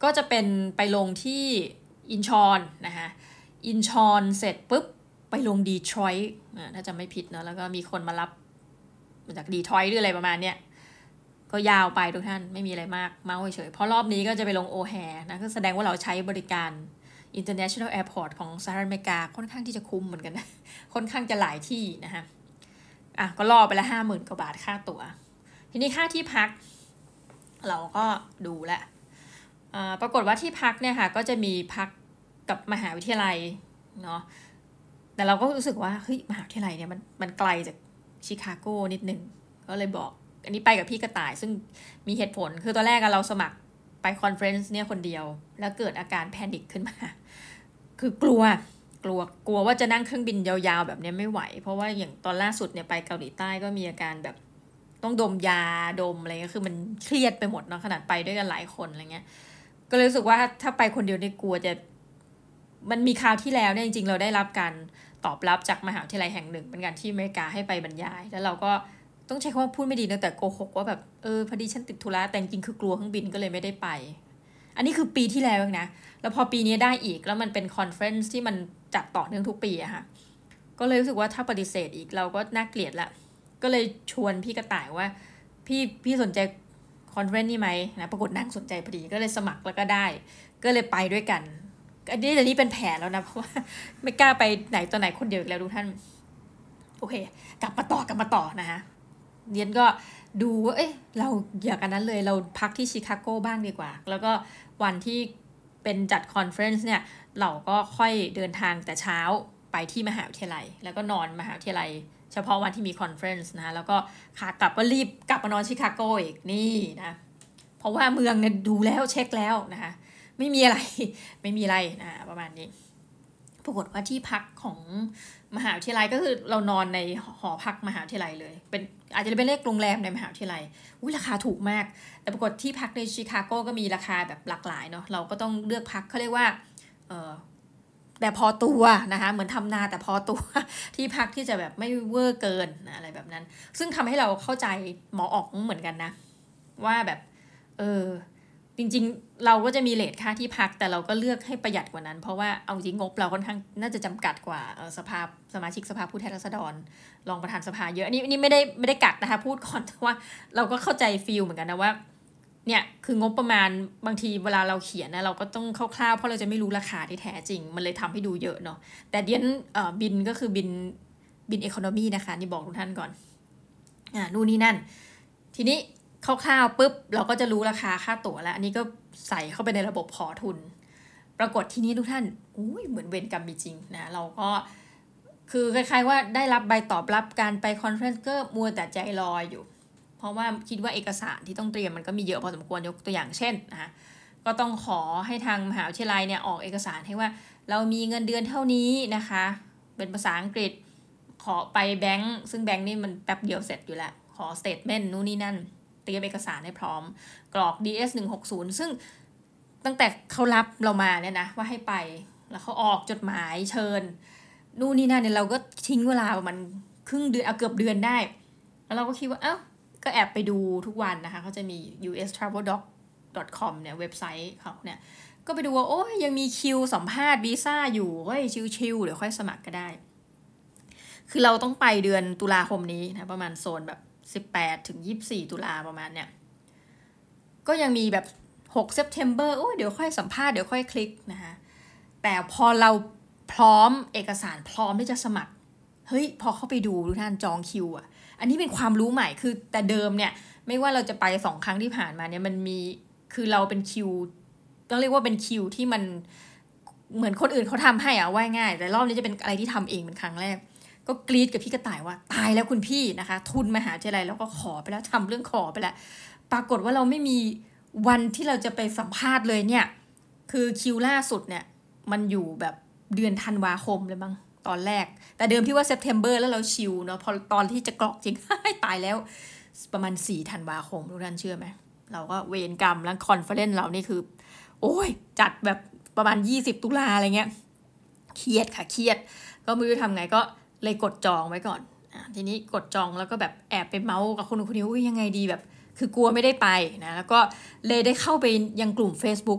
ก็จะเป็นไปลงที่อินชอนนะคะอินชอนเสร็จปุ๊บไปลงดีทรอยต์ถ้าจำไม่ผิดเนอะแล้วก็มีคนมารับมาจากดีทรอยต์หรืออะไรประมาณเนี้ยก็ยาวไปทุกท่านไม่มีอะไรมากเมาเฉยเพราะรอบนี้ก็จะไปลงโอแฮนะก็แสดงว่าเราใช้บริการ International Airport ของสหรัฐอเมริกาค่อนข้างที่จะคุ้มเหมือนกันนะค่อนข้างจะหลายที่นะคะอ่ะก็ล่อไปละห้าหมื่นกว่าบาทค่าตั๋วทีนี้ค่าที่พักเราก็ดูแลอ่าปรากฏว่าที่พักเนี่ยค่ะก็จะมีพักกับมหาวิทยาลัยเนาะแต่เราก็รู้สึกว่าเฮ้ยมหาวิทยาลัยเนี่ยมันมันไกลจากชิคาโกนิดนึงก็เลยบอกอันนี้ไปกับพี่กระต่ายซึ่งมีเหตุผลคือตอนแรกเราสมัครไปคอนเฟอเรนซ์เนี่ยคนเดียวแล้วเกิดอาการแพนิคขึ้นมาคือกลัวกลัวกลัวว่าจะนั่งเครื่องบินยาวๆแบบนี้ไม่ไหวเพราะว่าอย่างตอนล่าสุดเนี่ยไปเกาหลีใต้ก็มีอาการแบบต้องดมยาดมอะไรก็คือมันเครียดไปหมดเนาะขนาดไปด้วยกันหลายคนอะไรเงี้ยก็เลยรู้สึกว่าถ้าไปคนเดียวเนี่ยกลัวจะมันมีคราวที่แล้วเนี่ยจริงๆเราได้รับการตอบรับจากมหาวิทยาลัยแห่งหนึ่งเป็นการที่อเมริกาให้ไปบรรยายแล้วเราก็ต้องใช้คำว่าพูดไม่ดีนะแต่โกหกว่าแบบเออพอดีฉันติดธุระแต่จริงๆคือกลัวเครื่องบินก็เลยไม่ได้ไปอันนี้คือปีที่แล้วนะแล้วพอปีนี้ได้อีกแล้วมันเป็นคอนเฟอเรนซ์ที่มันจัดต่อเนื่องทุกปีอะค่ะก็เลยรู้สึกว่าถ้าปฏิเสธอีกเราก็น่าเกลียดละก็เลยชวนพี่กระต่ายว่าพี่พี่สนใจคอนเฟอเรนซ์นี่ไหมนะปรากฏนั่งสนใจพอดีก็เลยสมัครแล้วก็ได้ก็เลยไปด้วยกันอันนี้แต่นี่เป็นแผนแล้วนะเพราะว่าไม่กล้าไปไหนต่อไหนคนเดียวอีกแล้วทุกท่านโอเคกลับมาต่อกลับมาต่อนะคะเรียนก็ดูว่าเอ๊ะเราอยากกันนั้นเลยเราพักที่ชิคาโกบ้างดีกว่าแล้วก็วันที่เป็นจัดคอนเฟอเรนซ์เนี่ยเราก็ค่อยเดินทางแต่เช้าไปที่มหาวิทยาลัยแล้วก็นอนมหาวิทยาลัยเฉพาะวันที่มีคอนเฟอเรนซ์นะแล้วก็ขากลับก็รีบกลับมานอนชิคาโกอีกนี่นะเพราะว่าเมืองเนี่ยดูแล้วเช็คแล้วนะคะไม่มีอะไรไม่มีอะไรนะประมาณนี้ปรากฏว่าที่พักของมหาวิทยาลัยก็คือเรานอนในหอพักมหาวิทยาลัยเลยเป็นอาจจะเป็นเลขโรงแรมในมหาวิทยาลัยอุ้ยราคาถูกมากแต่ปรากฏที่พักในชิคาโกก็มีราคาแบบหลากหลายเนาะเราก็ต้องเลือกพักเขาเรียกว่าเออแต่พอตัวนะคะเหมือนทำนาแต่พอตัวที่พักที่จะแบบไม่เวอร์เกินนะอะไรแบบนั้นซึ่งทำให้เราเข้าใจหมอออกเหมือนกันนะว่าแบบเออจริงๆเราก็จะมีเรทค่าที่พักแต่เราก็เลือกให้ประหยัดกว่านั้นเพราะว่าเอาจริงงบเราค่อนข้างน่าจะจำกัดกว่าสภาสมาชิกสภาผู้แทนราษฎรรองประธานสภาเยอะอันนี้นี่ไม่ได้ไม่ได้กัดนะคะพูดก่อนว่าเราก็เข้าใจฟีลเหมือนกันนะว่าเนี่ยคืองบประมาณบางทีเวลาเราเขียนนะเราก็ต้องคร่าวๆเพราะเราจะไม่รู้ราคาที่แท้จริงมันเลยทำให้ดูเยอะเนาะแต่เดียนเอ่อบินก็คือบินบินเอคอนอมีนะคะนี่บอกทุกท่านก่อนอ่านู่นนี่นั่นทีนี้คร่าวๆปุ๊บเราก็จะรู้ราคาค่าตั๋วแล้วอันนี้ก็ใส่เข้าไปในระบบขอทุนปรากฏที่นี้ทุกท่านอุ้ยเหมือนเวรกรรมมีจริงนะเราก็คือคล้ายๆว่าได้รับใบตอบรับการไปคอนเฟอเรนซ์ก็มัวแต่ใจลอยอยู่เพราะว่าคิดว่าเอกสารที่ต้องเตรียมมันก็มีเยอะพอสมควรยกตัวอย่างเช่นนะคะก็ต้องขอให้ทางมหาวิทยาลัยเนี่ยออกเอกสารให้ว่าเรามีเงินเดือนเท่านี้นะคะเป็นภาษาอังกฤษขอไปแบงค์ซึ่งแบงค์นี่มันแป๊บเดียวเสร็จอยู่แล้วขอสเตทเมนต์นู่นนี่นั่นเตรียมเอกสารให้พร้อมกรอก ดี เอส หนึ่งหกศูนย์ ซึ่งตั้งแต่เขารับเรามาเนี่ยนะว่าให้ไปแล้วเขาออกจดหมายเชิญนู่นนี่นั่นเนี่ยเราก็ทิ้งเวลาประมาณครึ่งเดือนเอาเกือบเดือนได้แล้วเราก็คิดว่าเอ้าก็แอบไปดูทุกวันนะคะเขาจะมี ยู เอส ทราเวล ด็อก ดอท คอม เนี่ยเว็บไซต์เขาเนี่ยก็ไปดูว่าโอ้ยยังมีคิวสัมภาษณ์วีซ่าอยู่เฮ้ยชิวๆเดี๋ยวค่อยสมัครก็ได้คือเราต้องไปเดือนตุลาคมนี้นะประมาณโซนแบบสิบแปดถึงยี่สิบสี่ตุลาประมาณเนี่ยก็ยังมีแบบหก September โอ้ยเดี๋ยวค่อยสัมภาษณ์เดี๋ยวค่อยคลิกนะคะแต่พอเราพร้อมเอกสารพร้อมที่จะสมัครเฮ้ยพอเข้าไปดูทุกท่านจองคิวอ่ะอันนี้เป็นความรู้ใหม่คือแต่เดิมเนี่ยไม่ว่าเราจะไปสองครั้งที่ผ่านมาเนี่ยมันมีคือเราเป็นคิวต้องเรียกว่าเป็นคิวที่มันเหมือนคนอื่นเขาทำให้อ่ะว่าง่ายแต่รอบนี้จะเป็นอะไรที่ทำเองเป็นครั้งแรกก็กรี๊ดกับพี่กระต่ายว่าตายแล้วคุณพี่นะคะทุนมหาวิทยาลัยแล้วก็ขอไปแล้วทำเรื่องขอไปแล้วปรากฏว่าเราไม่มีวันที่เราจะไปสัมภาษณ์เลยเนี่ยคือคิวล่าสุดเนี่ยมันอยู่แบบเดือนธันวาคมเลยมั้งตอนแรกแต่เดิมพี่ว่า September แล้วเราชิลเนาะพอตอนที่จะกรอกจริง ตายแล้วประมาณสี่ธันวาคมทุกท่านเชื่อไหมเราก็เวรกรรมแล้วคอนเฟอเรนซ์เรานี่คือโอ้ยจัดแบบประมาณยี่สิบตุลาอะไรเงี้ยเครียดค่ะเครียดก็ไม่รู้ทำไงก็เลยกดจองไว้ก่อนอ่ะทีนี้กดจองแล้วก็แบบแอบไปเมาส์กับคนคนนี้อุ้ยยังไงดีแบบคือกลัวไม่ได้ไปนะแล้วก็เลยได้เข้าไปยังกลุ่ม Facebook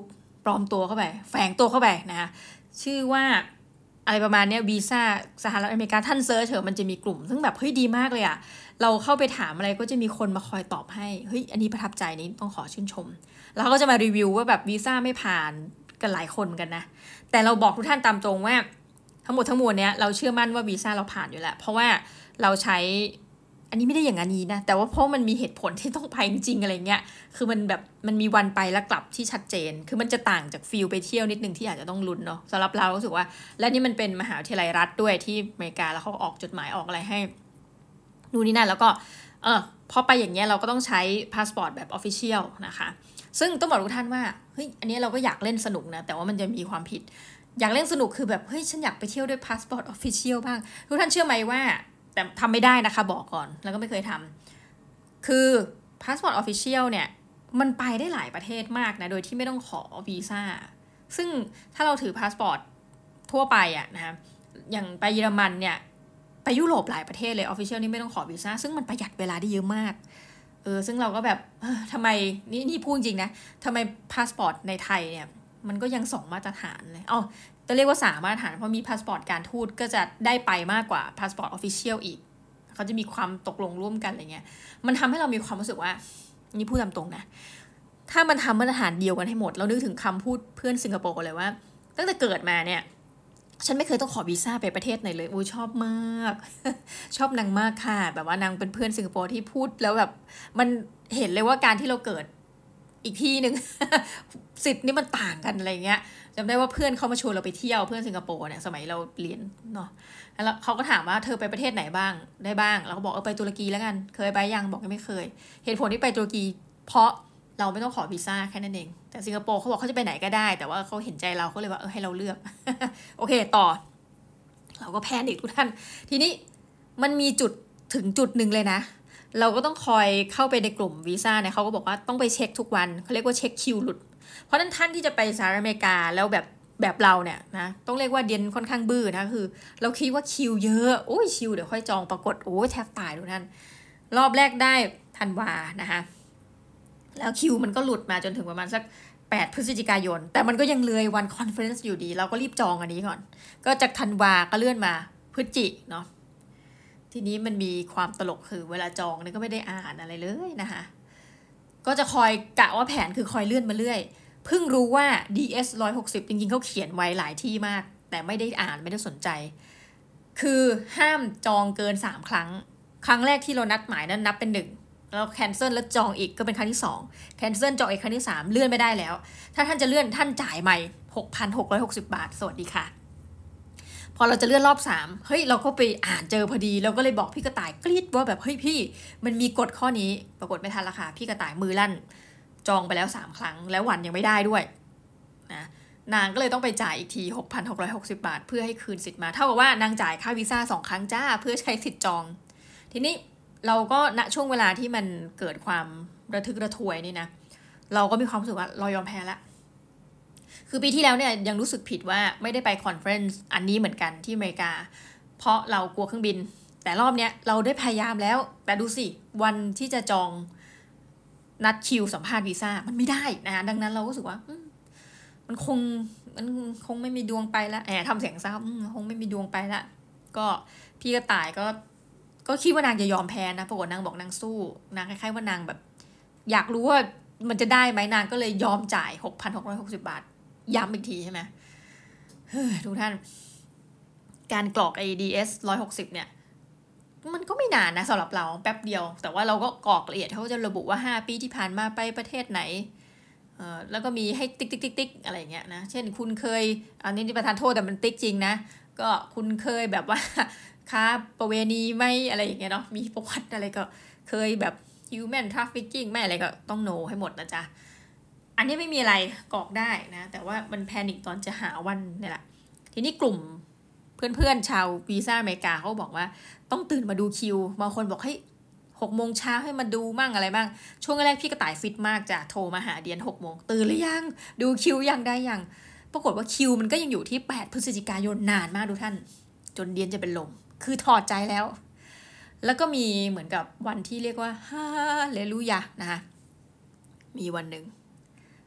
ปลอมตัวเข้าไปแฝงตัวเข้าไปนะคะชื่อว่าอะไรประมาณเนี้ยวีซ่าสหรัฐอเมริกาท่านเซิร์ชเถอะมันจะมีกลุ่มซึ่งแบบเฮ้ยดีมากเลยอ่ะเราเข้าไปถามอะไรก็จะมีคนมาคอยตอบให้เฮ้ยอันนี้ประทับใจนี้ต้องขอชื่นชมแล้วก็จะมารีวิวว่าแบบวีซ่าไม่ผ่านกันหลายคนเหมือนกันนะแต่เราบอกทุกท่านตามตรงว่าทั้งหมดทั้งมวลเนี้ยเราเชื่อมั่นว่าวีซ่าเราผ่านอยู่แล้วเพราะว่าเราใช้อันนี้ไม่ได้อย่างนี้นะแต่ว่าเพราะมันมีเหตุผลที่ต้องไปจริงๆอะไรเงี้ยคือมันแบบมันมีวันไปแล้วกลับที่ชัดเจนคือมันจะต่างจากฟิลไปเที่ยวนิดนึงที่อาจจะต้องลุ้นเนาะสำหรับเรารู้สึกว่าและนี่มันเป็นมหาวิทยาลัยรัฐด้วยที่อเมริกาแล้วเขาออกจดหมายออกอะไรให้นู่นนี่นั่นแล้วก็เออพอไปอย่างเงี้ยเราก็ต้องใช้พาสปอร์ตแบบออฟฟิเชียลนะคะซึ่งต้องบอกทุกท่านว่าเฮ้ยอันนี้เราก็อยากเล่นสนุกนะแต่ว่ามันจะมีความผิดอยากเล่นสนุกคือแบบเฮ้ยฉันอยากไปเที่ยวด้วยพาสปอร์ตออฟฟิเชียลบ้างทุกท่านเชื่อไหมว่าแต่ทำไม่ได้นะคะบอกก่อนแล้วก็ไม่เคยทำคือพาสปอร์ตออฟฟิเชียลเนี่ยมันไปได้หลายประเทศมากนะโดยที่ไม่ต้องขอวีซ่าซึ่งถ้าเราถือพาสปอร์ตทั่วไปอะนะคะอย่างไปเยอรมันเนี่ยไปยุโรปหลายประเทศเลยออฟฟิเชียลนี่ไม่ต้องขอวีซ่าซึ่งมันประหยัดเวลาได้เยอะมากเออซึ่งเราก็แบบทำไมนี่นี่พูดจริงนะทำไมพาสปอร์ตในไทยเนี่ยมันก็ยังสองมาตรฐานเลยอ๋อจะเรียกว่าสามมาตรฐานเพราะมีพาสปอร์ตการทูตก็จะได้ไปมากกว่าพาสปอร์ตออฟฟิเชียลอีกเขาจะมีความตกลงร่วมกันอะไรเงี้ยมันทำให้เรามีความรู้สึกว่านี่พูดตามตรงนะถ้ามันทำมาตรฐานเดียวกันให้หมดเรานึกถึงคำพูดเพื่อนสิงคโปร์เลยว่าตั้งแต่เกิดมาเนี่ยฉันไม่เคยต้องขอวีซ่าไปประเทศไหนเลยโอ้ยชอบมาก ชอบนางมากค่ะแบบว่านางเป็นเพื่อนสิงคโปร์ที่พูดแล้วแบบมันเห็นเลยว่าการที่เราเกิดอีกที่หนึ่ง สิทธิ์นี่มันต่างกันอะไรเงี้ยจำได้ว่าเพื่อนเขามาชวนเราไปเที่ยวเพื่อนสิงคโปร์เนี่ยสมัยเราเรียนเนาะแล้วเขาก็ถามว่าเธอไปประเทศไหนบ้างได้บ้างเราก็บอกเออไปตุรกีแล้วกันเคยไปยังบอกยังไม่เคยเหตุผลที่ไปตุรกีเพราะเราไม่ต้องขอวีซ่าแค่นั้นเองแต่สิงคโปร์เขาบอกเขาจะไปไหนก็ได้แต่ว่าเขาเห็นใจเราเขาเลยว่าเออให้เราเลือก โอเคต่อเราก็แพนิคทุกท่านทีนี้มันมีจุดถึงจุดหนึ่งเลยนะเราก็ต้องคอยเข้าไปในกลุ่มวีซ่าเนี่ยเขาก็บอกว่าต้องไปเช็คทุกวันเขาเรียกว่าเช็คคิวหลุดเพราะนั้นท่านที่จะไปสหรัฐอเมริกาแล้วแบบแบบเราเนี่ยนะต้องเรียกว่าเดียนค่อนข้างบื้อนะคือเราคิดว่าคิวเยอะโอ้ยคิวเดี๋ยวค่อยจองปรากฏโอ้ยแทบตายทุกท่านรอบแรกได้ธันวานะคะแล้วคิวมันก็หลุดมาจนถึงประมาณสักแปดพฤศจิกายนแต่มันก็ยังเลยวันคอนเฟอเรนซ์อยู่ดีเราก็รีบจองอันนี้ก่อนก็จากธันวาก็เลื่อนมาพฤศจิเนาะทีนี้มันมีความตลกคือเวลาจองนี่ก็ไม่ได้อ่านอะไรเลยนะคะก็จะคอยกะว่าแผนคือคอยเลื่อนมาเรื่อยเพิ่งรู้ว่า ดี เอส หนึ่งร้อยหกสิบจริงๆเขาเขียนไว้หลายที่มากแต่ไม่ได้อ่านไม่ได้สนใจคือห้ามจองเกินสามครั้งครั้งแรกที่เรานัดหมายนั้นนับเป็นหนึ่งแล้วแคนเซิลแล้วจองอีกก็เป็นครั้งที่สองแคนเซิลจองอีกครั้งที่สามเลื่อนไม่ได้แล้วถ้าท่านจะเลื่อนท่านจ่ายใหม่ หกพันหกร้อยหกสิบ บาทสวัสดีค่ะพอเราจะเลื่อนรอบสามเฮ้ยเราก็ไปอ่านเจอพอดีเราก็เลยบอกพี่กระต่ายกรี๊ดว่าแบบเฮ้ยพี่มันมีกฎข้อนี้ปรากฏไม่ทันละค่ะพี่กระต่ายมือลั่นจองไปแล้วสามครั้งแล้ววันยังไม่ได้ด้วยนะนางก็เลยต้องไปจ่ายอีกที หกพันหกร้อยหกสิบ บาทเพื่อให้คืนสิทธิ์มาเท่ากับว่านางจ่ายค่าวีซ่าสองครั้งจ้าเพื่อใช้สิทธิ์จองทีนี้เราก็ณช่วงเวลาที่มันเกิดความระทึกระทวยนี่นะเราก็มีความรู้สึกว่าเรายอมแพ้ละคือปีที่แล้วเนี่ยยังรู้สึกผิดว่าไม่ได้ไปคอนเฟอเรนซ์อันนี้เหมือนกันที่อเมริกาเพราะเรากลัวเครื่องบินแต่รอบเนี้ยเราได้พยายามแล้วแต่ดูสิวันที่จะจองนัดคิวสัมภาษณ์วีซ่ามันไม่ได้นะดังนั้นเราก็รู้สึกว่ามันคงมันคงไม่มีดวงไปละแอบทำเสียงซ้ำคงไม่มีดวงไปละก็พี่กระต่ายก็ก็คิดว่านางจะยอมแพ้นะปรากฏนางบอกนางสู้นางคล้ายๆว่านางแบบอยากรู้ว่ามันจะได้ไหมนางก็เลยยอมจ่าย หกพันหกร้อยหกสิบ บาทย้ำอีกทีใช่ไหมเฮ้ยทุกท่านการกรอก เอ ดี เอส หนึ่งร้อยหกสิบเนี่ยมันก็ไม่นานนะสำหรับเราแป๊บเดียวแต่ว่าเราก็กรอกละเอียดเขาจะระบุว่าห้าปีที่ผ่านมาไปประเทศไหนเอ่อแล้วก็มีให้ติ๊กติ๊กติ๊กติ๊กอะไรอย่างเงี้ยนะเช่นคุณเคยอันนี้ประธานโทษแต่มันติ๊กจริงนะก็คุณเคยแบบว่าค้าประเวณีไหมอะไรอย่างเงี้ยเนาะมีประวัติอะไรก็เคยแบบ human trafficking ไม่อะไรก็ต้องโนให้หมดนะจ๊ะอันนี้ไม่มีอะไรกรอกได้นะแต่ว่ามันแพนิคตอนจะหาวันนี่แหละทีนี้กลุ่มเพื่อนๆชาววีซ่าอเมริกาเขาบอกว่าต้องตื่นมาดูคิวบางคนบอกให้หกโมงเช้าให้มาดูมั่งอะไรบ้างช่วงแรกพี่กระต่ายฟิตมากจะโทรมาหาเดียนหกโมงตื่นหรือยังดูคิวยังได้ยังปรากฏว่าคิวมันก็ยังอยู่ที่แปดพฤศจิกายนนานมากดูท่านจนเดียนจะเป็นลมคือถอดใจแล้วแล้วก็มีเหมือนกับวันที่เรียกว่าฮาเลลูยานะคะมีวันหนึ่ง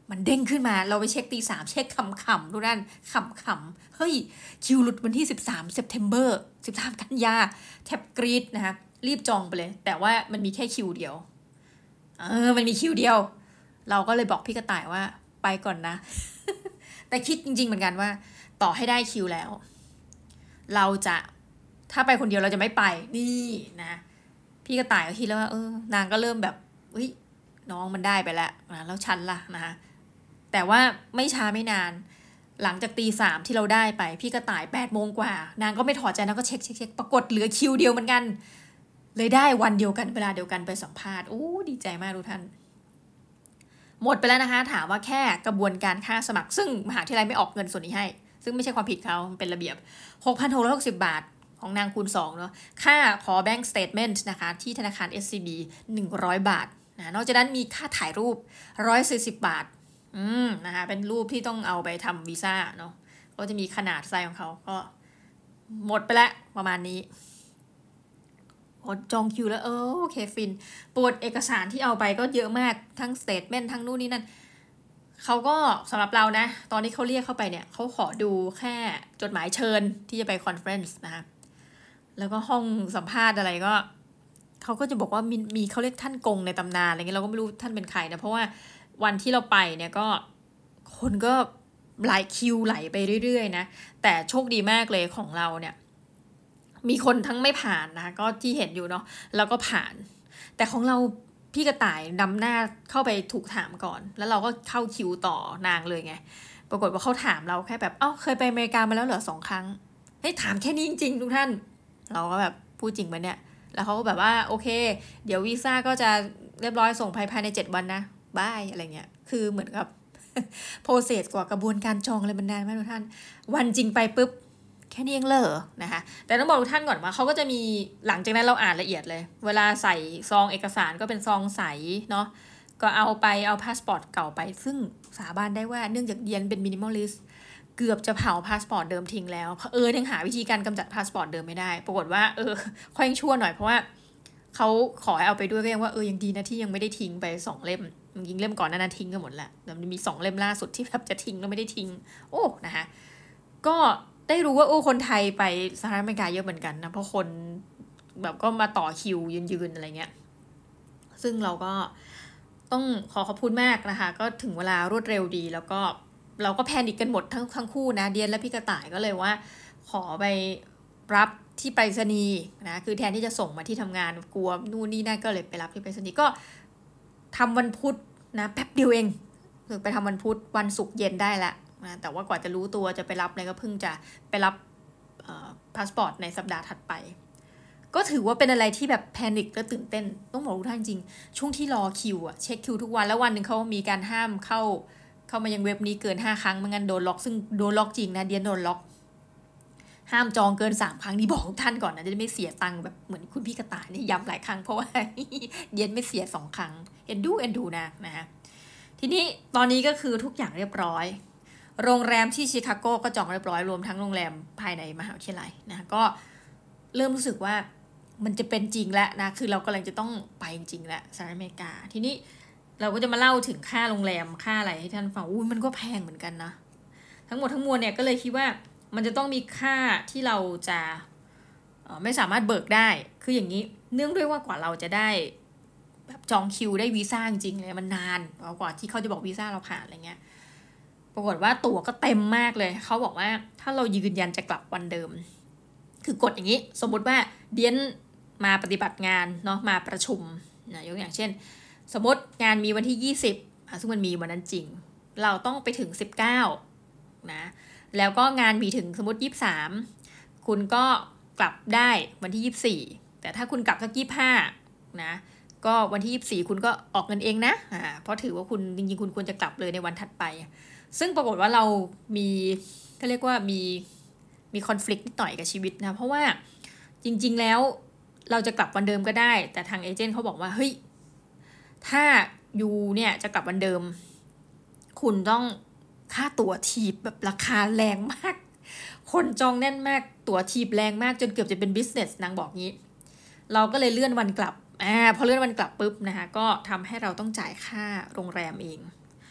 มันเด้งขึ้นมาเราไปเช็คตีสามเช็คขำๆดูนั่นขำๆเฮ้ยคิวหลุดวันที่สิบสามเซปเทมเบอร์สิบสามกันยาแทบกรี๊ดนะคะรีบจองไปเลยแต่ว่ามันมีแค่คิวเดียวเออมันมีคิวเดียวเราก็เลยบอกพี่กระต่ายว่าไปก่อนนะ แต่คิดจริงๆเหมือนกันว่าต่อให้ได้คิวแล้วเราจะถ้าไปคนเดียวเราจะไม่ไปนี่นะพี่กระต่ายก็คิดแล้วว่าเออนางก็เริ่มแบบเฮ้ยน้องมันได้ไปแล้วนะแล้วฉันล่ะนะคะแต่ว่าไม่ช้าไม่นานหลังจากตีสามที่เราได้ไปพี่กระต่ายแปดโมงกว่านางก็ไม่ถอดใจนางก็เช็คเช็คเช็คปรากฏเหลือคิวเดียวเหมือนกันเลยได้วันเดียวกันเวลาเดียวกันไปสัมภาษณ์โอ้ดีใจมากทุกท่านหมดไปแล้วนะคะถามว่าแค่กระบวนการค่าสมัครซึ่งมหาวิทยาลัยไม่ออกเงินส่วนนี้ให้ซึ่งไม่ใช่ความผิดเขาเป็นระเบียบ หกพันหกร้อยหกสิบ บาทของนางคูณสองเนาะค่าขอ Bank Statement นะคะที่ธนาคาร เอส ซี บี หนึ่งร้อยบาทนะนอกจากนั้นมีค่าถ่ายรูปหนึ่งร้อยสี่สิบบาทอืมนะคะเป็นรูปที่ต้องเอาไปทำวีซ่าเนาะก็จะมีขนาดไซส์ของเขาก็หมดไปแล้วประมาณนี้จองคิวแล้วเออโอเคฟินปวดเอกสารที่เอาไปก็เยอะมากทั้ง statement ทั้งนู่นนี่นั่นเขาก็สำหรับเรานะตอนที่เขาเรียกเข้าไปเนี่ยเขาขอดูแค่จดหมายเชิญที่จะไปคอนเฟอเรนซ์นะคะแล้วก็ห้องสัมภาษณ์อะไรก็เขาก็จะบอกว่ามีมีเขาเรียกท่านกงในตำนานอะไรเงี้ยเราก็ไม่รู้ท่านเป็นใครนะเพราะว่าวันที่เราไปเนี่ยก็คนก็หลายคิวไหลไปเรื่อยๆนะแต่โชคดีมากเลยของเราเนี่ยมีคนทั้งไม่ผ่านนะก็ที่เห็นอยู่เนาะแล้วก็ผ่านแต่ของเราพี่กระต่ายนำหน้าเข้าไปถูกถามก่อนแล้วเราก็เข้าคิวต่อนางเลยไงปรากฏว่าเขาถามเราแค่แบบเอ้าเคยไปอเมริกามาแล้วเหรอสองครั้งเฮ้ยถามแค่นี้จริงๆทุกท่านเราก็แบบพูดจริงปะเนี่ยแล้วเขาก็แบบว่าโอเคเดี๋ยววีซ่าก็จะเรียบร้อยส่งภายภายในเจ็ดวันนะบายอะไรเงี้ยคือเหมือนกับโปรเซสกว่ากระบวนการจองอะไรมันนานมากทุกท่านวันจริงไปปุ๊บแค่นี้เองเลยนะคะแต่ต้องบอกทุกท่านก่อนว่าเขาก็จะมีหลังจากนั้นเราอ่านละเอียดเลยเวลาใส่ซองเอกสารก็เป็นซองใสเนาะก็เอาไปเอาพาสปอร์ตเก่าไปซึ่งสาบานได้ว่าเนื่องจากเดียนเป็นมินิมอลลิสต์เกือบจะเผาพาสปอร์ตเดิมทิ้งแล้วเออยังหาวิธีการกำจัดพาสปอร์ตเดิมไม่ได้ปรากฏว่าเออค่อยชั่วหน่อยเพราะว่าเขาขอให้เอาไปด้วยก็ยังว่าเออยังดีนะที่ยังไม่ได้ทิ้งไปสองเล่มยิงเล่มก่อนนั้นทิ้งกันหมดแล้วแต่มันมีสองเล่มล่าสุดที่แบบจะทิ้งแล้วไม่ได้ทิ้งโอ้นะคะก็ได้รู้ว่าโอ้คนไทยไปสหรัฐอเมริกาเยอะเหมือนกันนะเพราะคนแบบก็มาต่อคิวยืนๆอะไรเงี้ยซึ่งเราก็ต้องขอขอบคุณมากนะคะก็ถึงเวลารวดเร็วดีแล้วก็เราก็แพนิคกันหมดทั้งทั้งคู่นะเดียนและพี่กระต่ายก็เลยว่าขอไปรับที่ไปรษณีย์นะคือแทนที่จะส่งมาที่ทำงานกลัวนู่นนี่นั่นก็เลยไปรับที่ไปรษณีย์ก็ทำวันพุธนะแป๊บเดียวเองคือไปทำวันพุธวันศุกร์เย็นได้ละนะแต่ว่ากว่าจะรู้ตัวจะไปรับเนี่ยก็เพิ่งจะไปรับพาสปอร์ตในสัปดาห์ถัดไปก็ถือว่าเป็นอะไรที่แบบแพนิคและตื่นเต้นต้องบอกทุกท่านจริงช่วงที่รอคิวอะเช็คคิวทุกวันแล้ววันหนึ่งเขามีการห้ามเข้าเข้ามายังเว็บนี้เกินห้าครั้งไม่งั้นโดนล็อกซึ่งโดนล็อกจริงนะเดียนโดนล็อกห้ามจองเกินสามครั้งนี่บอกทุกท่านก่อนนะจะไม่เสียตังค์แบบเหมือนคุณพี่กระต่ายนี่ย้ำหลายครั้งเพราะว่าเดียนไม่เสียสองครั้งเอ็นดูเอ็นดูนะนะฮะทีนี้ตอนนี้ก็คือทุกอย่างเรียบร้อยโรงแรมที่ชิคาโกก็จองเรียบร้อยรวมทั้งโรงแรมภายในมหาวิทยาลัยนะก็เริ่มรู้สึกว่ามันจะเป็นจริงแล้วนะคือเรากำลังจะต้องไปจริงแล้วสหรัฐอเมริกาทีนี้เราก็จะมาเล่าถึงค่าโรงแรมค่าอะไรให้ท่านฟังอุ้ยมันก็แพงเหมือนกันนะทั้งหมดทั้งมวลเนี่ยก็เลยคิดว่ามันจะต้องมีค่าที่เราจะไม่สามารถเบิกได้คืออย่างนี้เนื่องด้วยว่ากว่าเราจะได้แบบจองคิวได้วีซ่าจริงเลยมันนานกว่าที่เขาจะบอกวีซ่าเราผ่านอะไรเงี้ยปรากฏว่าตั๋วก็เต็มมากเลยเขาบอกว่าถ้าเรายืนยันจะกลับวันเดิมคือกฎอย่างนี้สมมติว่าเดียนมาปฏิบัติงานเนาะมาประชุมนะยกอย่างเช่นสมมติงานมีวันที่ยี่สิบซึ่งมันมีวันนั้นจริงเราต้องไปถึงสิบเก้านะแล้วก็งานมีถึงสมมติยี่สิบสามคุณก็กลับได้วันที่ยี่สิบสี่แต่ถ้าคุณกลับสักยี่สิบห้านะก็วันที่ยี่สิบสี่คุณก็ออกเงินเองนะอ่าเพราะถือว่าคุณจริงๆคุณควรจะกลับเลยในวันถัดไปซึ่งปรากฏว่าเรามีก็เรียกว่ามีมีคอนฟลิกต์นิดหน่อยกับชีวิตนะเพราะว่าจริงๆแล้วเราจะกลับวันเดิมก็ได้แต่ทางเอเจนต์เขาบอกว่าเฮ้ยถ้ายูเนี่ยจะกลับวันเดิมคุณต้องค่าตั๋วทีบแบบราคาแรงมากคนจองแน่นมากตั๋วทีบแรงมากจนเกือบจะเป็นบิสเนสนางบอกงี้เราก็เลยเลื่อนวันกลับอ่าพอเลื่อนวันกลับปุ๊บนะคะก็ทำให้เราต้องจ่ายค่าโรงแรมเอง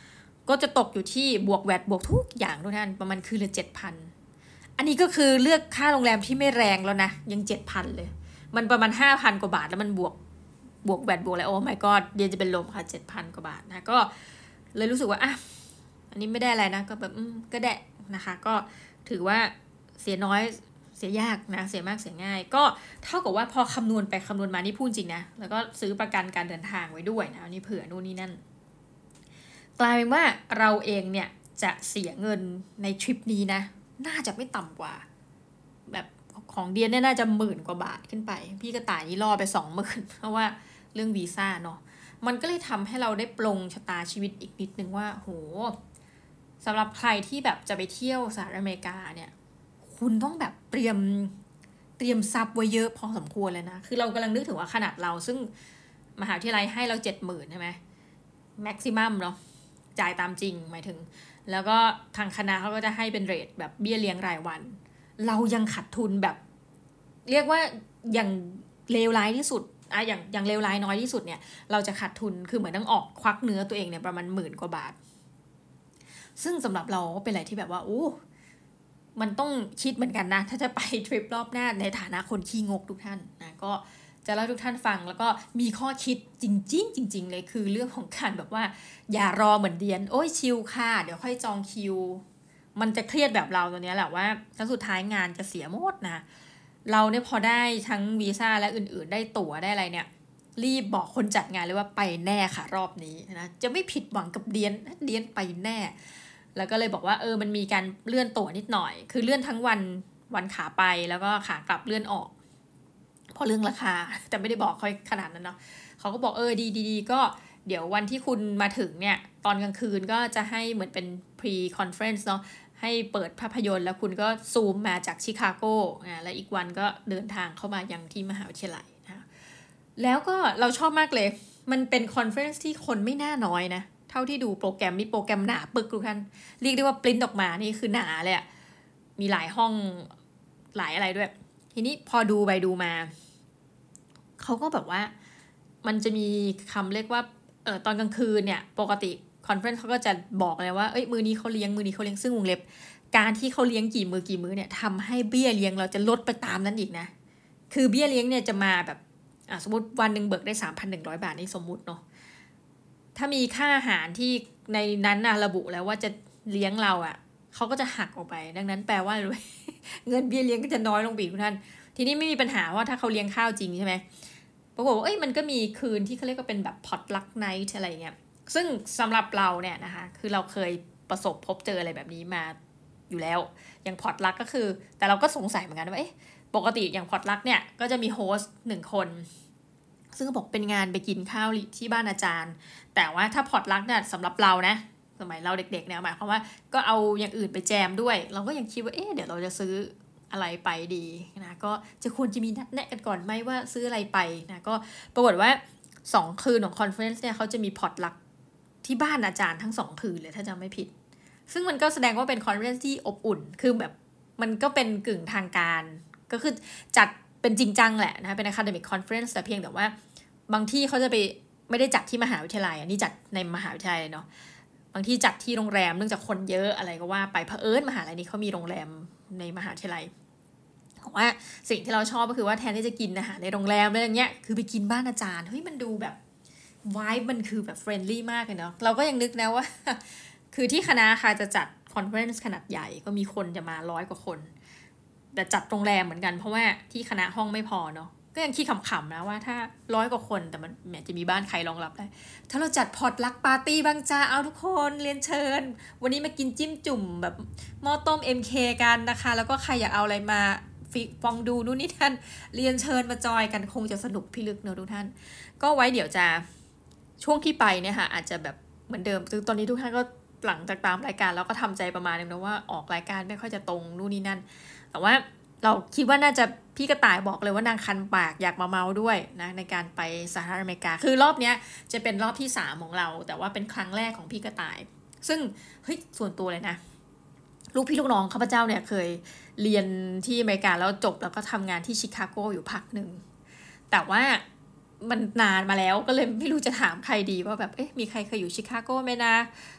ก็จะตกอยู่ที่บวกแวตบวกทุกอย่างทุกท่านประมาณคืนละ เจ็ดพัน อันนี้ก็คือเลือกค่าโรงแรมที่ไม่แรงแล้วนะยัง เจ็ดพัน เลยมันประมาณ ห้าพัน กว่าบาทแล้วมันบวกบวกแวตบวกอะไรโอ้ my god เดี๋ยวจะเป็นลมค่ะ เจ็ดพัน กว่าบาทนะก็เลยรู้สึกว่าอ่ะอันนี้ไม่ได้อะไรนะก็แบบอืมก็ได้นะคะก็ถือว่าเสียน้อยเสียยากนะเสียมากเสียง่ายก็เท่ากับว่าพอคำนวณไปคำนวณมานี่พูดจริงนะแล้วก็ซื้อประกันการเดินทางไว้ด้วยนะนี่เผื่อนู่นนี่นั่นกลายเป็นว่าเราเองเนี่ยจะเสียเงินในทริปนี้นะน่าจะไม่ต่ำกว่าแบบของเดียนเนี่ยน่าจะหมื่นกว่าบาทขึ้นไปพี่กระต่ายนี่ล่อไปสองหมื่นเพราะว่าเรื่องวีซ่าเนาะมันก็เลยทำให้เราได้ปลงชะตาชีวิตอีกนิดนึงว่าโหสำหรับใครที่แบบจะไปเที่ยวสหรัฐอเมริกาเนี่ยคุณต้องแบบเตรียมเตรียมซับไว้เยอะพอสมควรเลยนะคือเรากำลังนึกถึงว่าขนาดเราซึ่งมหาวิทยาลัยให้เราเจ็ดหมื่นใช่ไหมแม็กซิมัมเนาะจ่ายตามจริงหมายถึงแล้วก็ทางคณะเขาก็จะให้เป็นเรทแบบเบี้ยเลี้ยงรายวันเรายังขาดทุนแบบเรียกว่าอย่างเลวร้ายที่สุดอะอย่างอย่างเลวร้ายน้อยที่สุดเนี่ยเราจะขาดทุนคือเหมือนต้องออกควักเนื้อตัวเองเนี่ยประมาณหมื่นกว่าบาทซึ่งสำหรับเราก็เป็นอะไรที่แบบว่าโอ้มันต้องคิดเหมือนกันนะถ้าจะไปทริปรอบหน้าในฐานะคนขี้งกทุกท่านนะก็จะเล่าทุกท่านฟังแล้วก็มีข้อคิดจริงๆจริงๆเลยคือเรื่องของการแบบว่าอย่ารอเหมือนเดียนโอ้ยชิลค่ะเดี๋ยวค่อยจองคิวมันจะเครียดแบบเราตัวเนี้ยแหละว่าแล้วสุดท้ายงานจะเสียหมดนะเราเนี่ยพอได้ทั้งวีซ่าและอื่นๆได้ตั๋วได้อะไรเนี่ยรีบบอกคนจัดงานเลยว่าไปแน่ค่ะรอบนี้นะจะไม่ผิดหวังกับเดียนเดียนไปแน่แล้วก็เลยบอกว่าเออมันมีการเลื่อนตั๋วนิดหน่อยคือเลื่อนทั้งวันวันขาไปแล้วก็ขากลับเลื่อนออกพอเรื่องราคาแต่ไม่ได้บอกค่อยขนาดนั้นเนาะเขาก็บอกเออดีดีดีก็เดี๋ยววันที่คุณมาถึงเนี่ยตอนกลางคืนก็จะให้เหมือนเป็น pre conference เนาะให้เปิดภาพยนตร์แล้วคุณก็ซูมมาจากชิคาโกนะแล้วอีกวันก็เดินทางเข้ามายังที่มหาวิทยาลัยนะแล้วก็เราชอบมากเลยมันเป็นคอนเฟอเรนซ์ที่คนไม่น่าน้อยนะเท่าที่ดูโปรแกรมมีโปรแกรมหนาปึกทุกท่านเรียกได้ว่าปริ้นออกมานี่คือหนาเลยอะมีหลายห้องหลายอะไรด้วยทีนี้พอดูไปดูมาเขาก็แบบว่ามันจะมีคำเรียกว่าเออตอนกลางคืนเนี่ยปกติคอนเฟอเรนซ์เขาก็จะบอกเลยว่าเอ้ยมือนี้เขาเลี้ยงมือนี้เขาเลี้ยงซึ่งวงเล็บการที่เขาเลี้ยงกี่มือกี่มือเนี่ยทำให้เบี้ยเลี้ยงเราจะลดไปตามนั้นอีกนะคือเบี้ยเลี้ยงเนี่ยจะมาแบบอ่ะสมมติวันหนึ่งเบิกได้ สามพันหนึ่งร้อย บาทนี่สมมุติเนาะถ้ามีค่าอาหารที่ในนั้นนะระบุแล้วว่าจะเลี้ยงเราอ่ะเขาก็จะหักออกไปดังนั้นแปลว่าเงินเบี้ยเลี้ยงก็จะน้อยลงไปทุกท่านทีนี้ไม่มีปัญหาว่าถ้าเขาเลี้ยงข้าวจริงใช่ไหมปรากฏว่าเอ้ยมันก็มีคืนที่เขาเรียกว่าเป็นแบบพอตลักไนท์อะไรเงี้ยซึ่งสำหรับเราเนี่ยนะคะคือเราเคยประสบพบเจออะไรแบบนี้มาอยู่แล้วอย่างพอตลักก็คือแต่เราก็สงสัยเหมือนกันว่าเอ๊ะปกติอย่างพอตลักเนี่ยก็จะมีโฮสต์หนึ่งคนซึ่งบอกเป็นงานไปกินข้าวที่บ้านอาจารย์แต่ว่าถ้าพอตลักเนี่ยสำหรับเรานะสมัยเราเด็กๆเนี่ยหมายความว่าก็เอาอย่างอื่นไปแจมด้วยเราก็ยังคิดว่าเอ๊ะเดี๋ยวเราจะซื้ออะไรไปดีนะก็จะควรจะมีนัดแนะกันก่อนไหมว่าซื้ออะไรไปนะก็ปรากฏว่าสองคืนของคอนเฟอเรนซ์เนี่ยเขาจะมีพอตลักที่บ้านอาจารย์ทั้งสองคืนเลยถ้าจำไม่ผิดซึ่งมันก็แสดงว่าเป็นคอนเฟอเรนซ์ที่อบอุ่นคือแบบมันก็เป็นกึ่งทางการก็คือจัดเป็นจริงจังแหละนะเป็น academic conference แต่เพียงแต่ว่าบางที่เขาจะไปไม่ได้จัดที่มหาวิทยาลัยอันนี้จัดในมหาวิทยาลัยเนาะบางที่จัดที่โรงแรมเนื่องจากคนเยอะอะไรก็ว่าไปเผอิญมหาลัยนี้เขามีโรงแรมในมหาวิทยาลัยว่าสิ่งที่เราชอบก็คือว่าแทนที่จะกินอาหารในโรงแรมอะไรอย่างเงี้ยคือไปกินบ้านอาจารย์เฮ้ยมันดูแบบไวบ์มันคือแบบเฟรนลี่มากเลยเนาะเราก็ยังนึกนะว่าคือที่คณะค่ะจะจัดคอนเฟอเรนซ์ขนาดใหญ่ก็มีคนจะมาร้อยกว่าคนแต่จัดโรงแรมเหมือนกันเพราะว่าที่คณะห้องไม่พอเนาะก็ยังคิดขำๆนะว่าถ้าร้อยกว่าคนแต่มันแหมจะมีบ้านใครรองรับได้ถ้าเราจัดพอตลักปาร์ตี้บ้างจ้าเอาทุกคนเรียนเชิญวันนี้มากินจิ้มจุ่มแบบหม้อต้ม เอ็ม เค กันนะคะแล้วก็ใครอยากเอาอะไรมาฟองดูนู่นนี่ท่านเรียนเชิญมาจอยกันคงจะสนุกพิลึกเนอะทุกท่านก็ไว้เดี๋ยวจะช่วงที่ไปเนี่ยค่ะอาจจะแบบเหมือนเดิมคือตอนนี้ทุกท่านก็หลังจากตามรายการแล้วก็ทำใจประมาณนึงนะว่าออกรายการไม่ค่อยจะตรงนู่นนี่นั่นแต่ว่าเราคิดว่าน่าจะพี่กระต่ายบอกเลยว่านางคันปากอยากมาเมาด้วยนะในการไปสหรัฐอเมริกาคือรอบนี้จะเป็นรอบที่สามของเราแต่ว่าเป็นครั้งแรกของพี่กระต่ายซึ่งเฮ้ยส่วนตัวเลยนะลูกพี่ลูกน้องข้าพเจ้าเนี่ยเคยเรียนที่อเมริกาแล้วจบแล้วก็ทำงานที่ชิคาโกอยู่พักหนึ่งแต่ว่ามันนานมาแล้วก็เลยไม่รู้จะถามใครดีว่าแบบเอ๊ะมีใครเคยอยู่ชิคาโกไหมนะ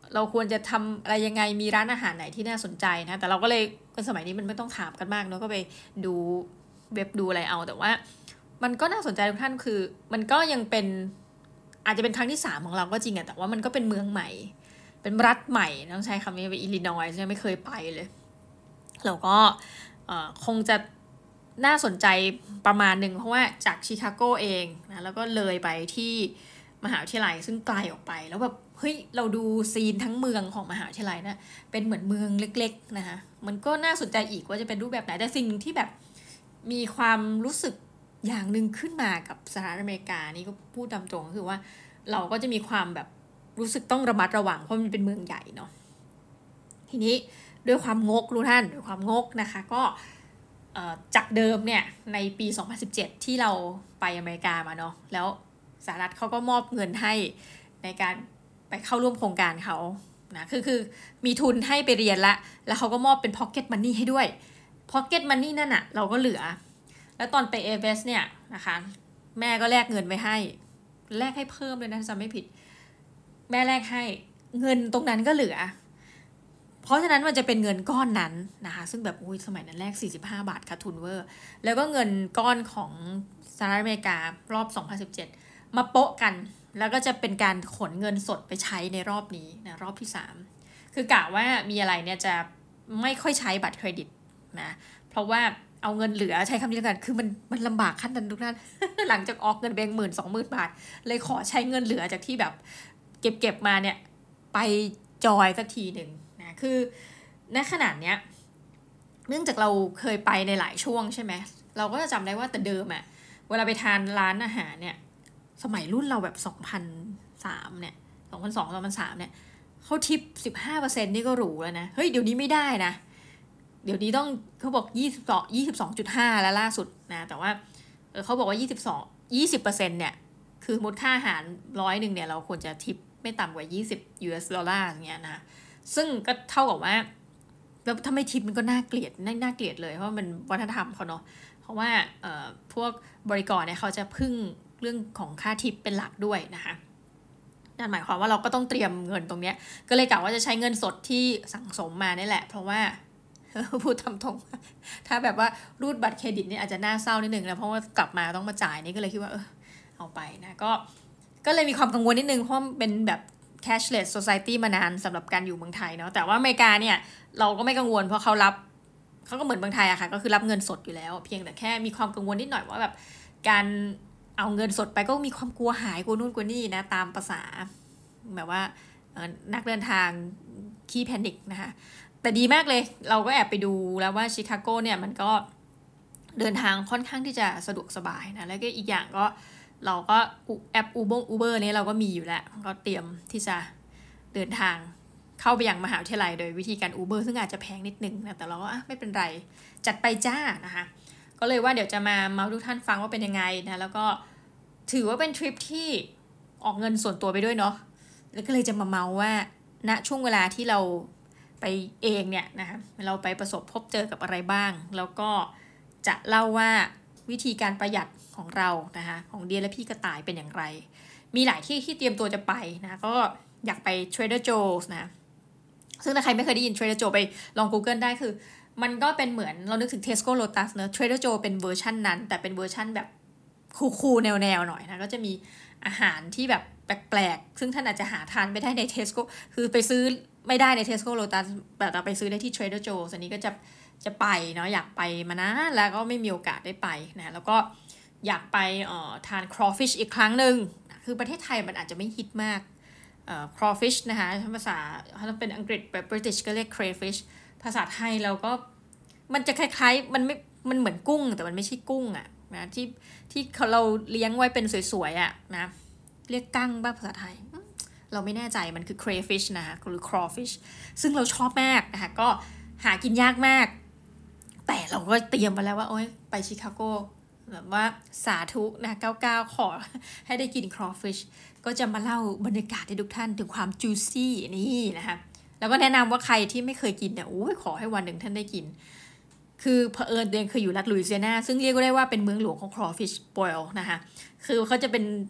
เราควรจะทำอะไรยังไงมีร้านอาหารไหนที่น่าสนใจนะแต่เราก็เลยสมัยนี้มันไม่ต้องถามกันมากเนาะก็ไปดูเว็บดูอะไรเอาแต่ว่ามันก็น่าสนใจทุกท่านคือมันก็ยังเป็นอาจจะเป็นครั้งที่สามของเราก็จริงอะแต่ว่ามันก็เป็นเมืองใหม่เป็นรัฐใหม่ต้องใช้คำนี้ไปอิลลินอยส์เนี่ยไม่เคยไปเลยแล้วก็คงจะน่าสนใจประมาณหนึ่งเพราะว่าจากชิคาโกเองนะแล้วก็เลยไปที่มหาวิทยาลัยซึ่งไกลออกไปแล้วแบบเฮ้ยเราดูซีนทั้งเมืองของมหาวิทยาลัยนะเป็นเหมือนเมืองเล็กๆนะคะมันก็น่าสนใจอีกว่าจะเป็นรูปแบบไหนแต่สิ่งที่แบบมีความรู้สึกอย่างหนึ่งขึ้นมากับสหรัฐอเมริกานี่ก็พูดตามตรงก็คือว่าเราก็จะมีความแบบรู้สึกต้องระมัดระวังเพราะมันเป็นเมืองใหญ่เนาะทีนี้ด้วยความงกรู้ท่านด้วยความงกนะคะก็จากเดิมเนี่ยในปีสองพันสิบเจ็ดที่เราไปอเมริกามาเนาะแล้วสหรัฐเขาก็มอบเงินให้ในการไปเข้าร่วมโครงการเขานะคือคือมีทุนให้ไปเรียนละแล้วเขาก็มอบเป็น pocket money ให้ด้วย pocket money นั่นอะเราก็เหลือแล้วตอนไป เอ เอฟ เอส เนี่ยนะคะแม่ก็แลกเงินไว้ให้แลกให้เพิ่มเลยนะจำไม่ผิดแม่แลกให้เงินตรงนั้นก็เหลือเพราะฉะนั้นมันจะเป็นเงินก้อนนั้นนะคะซึ่งแบบอุ้ยสมัยนั้นแรกสี่สิบห้าบาทขาดทุนเวอร์แล้วก็เงินก้อนของสหรัฐอเมริการอบสองพันสิบเจ็ดมาโปะกันแล้วก็จะเป็นการขนเงินสดไปใช้ในรอบนี้นะรอบที่สามคือกะว่ามีอะไรเนี่ยจะไม่ค่อยใช้บัตรเครดิตนะเพราะว่าเอาเงินเหลือใช้คำนี้กันคือมันมันลำบากขั้นนั้นทุกท่าน หลังจากออกเงินแบงค์หมื่นสองหมื่นบาทเลยขอใช้เงินเหลือจากที่แบบเก็บเก็บมาเนี่ยไปจอยสักทีหนึ่งนะคือณขนาดเนี้ยเนื่องจากเราเคยไปในหลายช่วงใช่ไหมเราก็จะจำได้ว่าแต่เดิมอะเวลาไปทานร้านอาหารเนี่ยสมัยรุ่นเราแบบสองพันสามเนี่ยสองพันสอง สองพันสามเนี่ยเขาทิป สิบห้าเปอร์เซ็นต์ นี่ก็หรูแล้วนะเฮ้ยเดี๋ยวนี้ไม่ได้นะเดี๋ยวนี้ต้องเขาบอกยี่สิบสอง ยี่สิบสองจุดห้า แล้วล่าสุดนะแต่ว่าเออเขาบอกว่ายี่สิบสอง ยี่สิบเปอร์เซ็นต์ เนี่ยคือมูลค่าอาหารร้อยนึงเนี่ยเราควรจะทิปไม่ต่ำกว่ายี่สิบ ยู เอส ดอลลาร์อย่างเงี้ยนะซึ่งก็เท่ากับว่าแล้วถ้าไม่ทิปมันก็น่าเกลียดน่าเกลียดเลยเพราะมันวัฒนธรรมเขาเนาะเพราะว่าเอ่อพวกบริกรเนี่ยเขาจะพึ่งเรื่องของค่าทิปเป็นหลักด้วยนะคะนั่นหมายความว่าเราก็ต้องเตรียมเงินตรงนี้ก็เลยกะว่าจะใช้เงินสดที่สั่งสมมานี่แหละเพราะว่าพูดทำตรงถ้าแบบว่ารูดบัตรเครดิตนี่อาจจะน่าเศร้านิดนึงนะเพราะว่ากลับมาต้องมาจ่ายนี่ก็เลยคิดว่าเออเอาไปนะก็ก็เลยมีความกังวลนิดนึงเพราะเป็นแบบ cashless society มานานสำหรับการอยู่เมืองไทยเนาะแต่ว่าอเมริกาเนี่ยเราก็ไม่กังวลเพราะเขารับเขาก็เหมือนเมืองไทยอะค่ะก็คือรับเงินสดอยู่แล้วเพียงแต่แค่มีความกังวลนิดหน่อยว่าแบบการเอาเงินสดไปก็มีความกลัวหายกลัวนู่นกลัวนี่นะตามภาษาแบบว่านักเดินทางขี้แพนิคนะคะแต่ดีมากเลยเราก็แอบไปดูแล้วว่าชิคาโกเนี่ยมันก็เดินทางค่อนข้างที่จะสะดวกสบายนะแล้วก็อีกอย่างก็เราก็แอป Uber Uber นี้เราก็มีอยู่แล้วก็เตรียมที่จะเดินทางเข้าไปยังมหาวิทยาลัยโดยวิธีการ Uber ซึ่งอาจจะแพงนิดนึงนะแต่เราก็ไม่เป็นไรจัดไปจ้านะคะก็เลยว่าเดี๋ยวจะมาเมาทุกท่านฟังว่าเป็นยังไงนะแล้วก็ถือว่าเป็นทริปที่ออกเงินส่วนตัวไปด้วยเนาะแล้วก็เลยจะมาเมาว่าณช่วงเวลาที่เราไปเองเนี่ยนะคะเราไปประสบพบเจอกับอะไรบ้างแล้วก็จะเล่าว่าวิธีการประหยัดของเรานะคะของเดียและพี่กระต่ายเป็นอย่างไรมีหลายที่ที่เตรียมตัวจะไปนะก็อยากไป Trader Joe's นะซึ่งถ้าใครไม่เคยได้ยิน Trader Joe ไปลอง Google ได้คือมันก็เป็นเหมือนเรานึกถึง Tesco Lotus เนอะ Trader Joe เป็นเวอร์ชันนั้นแต่เป็นเวอร์ชันแบบคูลๆแนวๆหน่อยนะก็จะมีอาหารที่แบบแปลกๆซึ่งท่านอาจจะหาทานไม่ได้ใน Tesco คือไปซื้อไม่ได้ใน Tesco Lotus แต่เราไปซื้อได้ที่ Trader Joe's อันนี้ก็จะจะไปเนาะอยากไปมานะแล้วก็ไม่มีโอกาสได้ไปนะแล้วก็อยากไปเอ่อทาน crawfish อีกครั้งหนึ่งคือประเทศไทยมันอาจจะไม่ฮิตมากเอ่อ crawfish นะคะภาษาถ้าเป็นอังกฤษแบบ British ก็เรียก crayfish ภาษาไทยเราก็มันจะคล้ายๆมันไม่มันเหมือนกุ้งแต่มันไม่ใช่กุ้งอะนะที่ที่เราเลี้ยงไว้เป็นสวยๆอะนะเรียกกั้งบ้างภาษาไทยเราไม่แน่ใจมันคือ crayfish นะคะหรือ crawfish ซึ่งเราชอบมากนะคะก็หากินยากมากแต่เราก็เตรียมไปแล้วว่าโอ๊ยไปชิคาโกแบบว่าสาธุนะเก้าเก้าขอให้ได้กิน crawfish ก็จะมาเล่าบรรยากาศให้ทุกท่านถึงความ juicy นี่นะคะแล้วก็แนะนำว่าใครที่ไม่เคยกินเนี่ยโอ้ยขอให้วันหนึ่งท่านได้กินคือเผอิญตัวเองเคยอยู่รัฐลุยเซียนาซึ่งเรียกได้ว่าเป็นเมืองหลวงของ crawfish boil นะคะคือเขาจะเป็น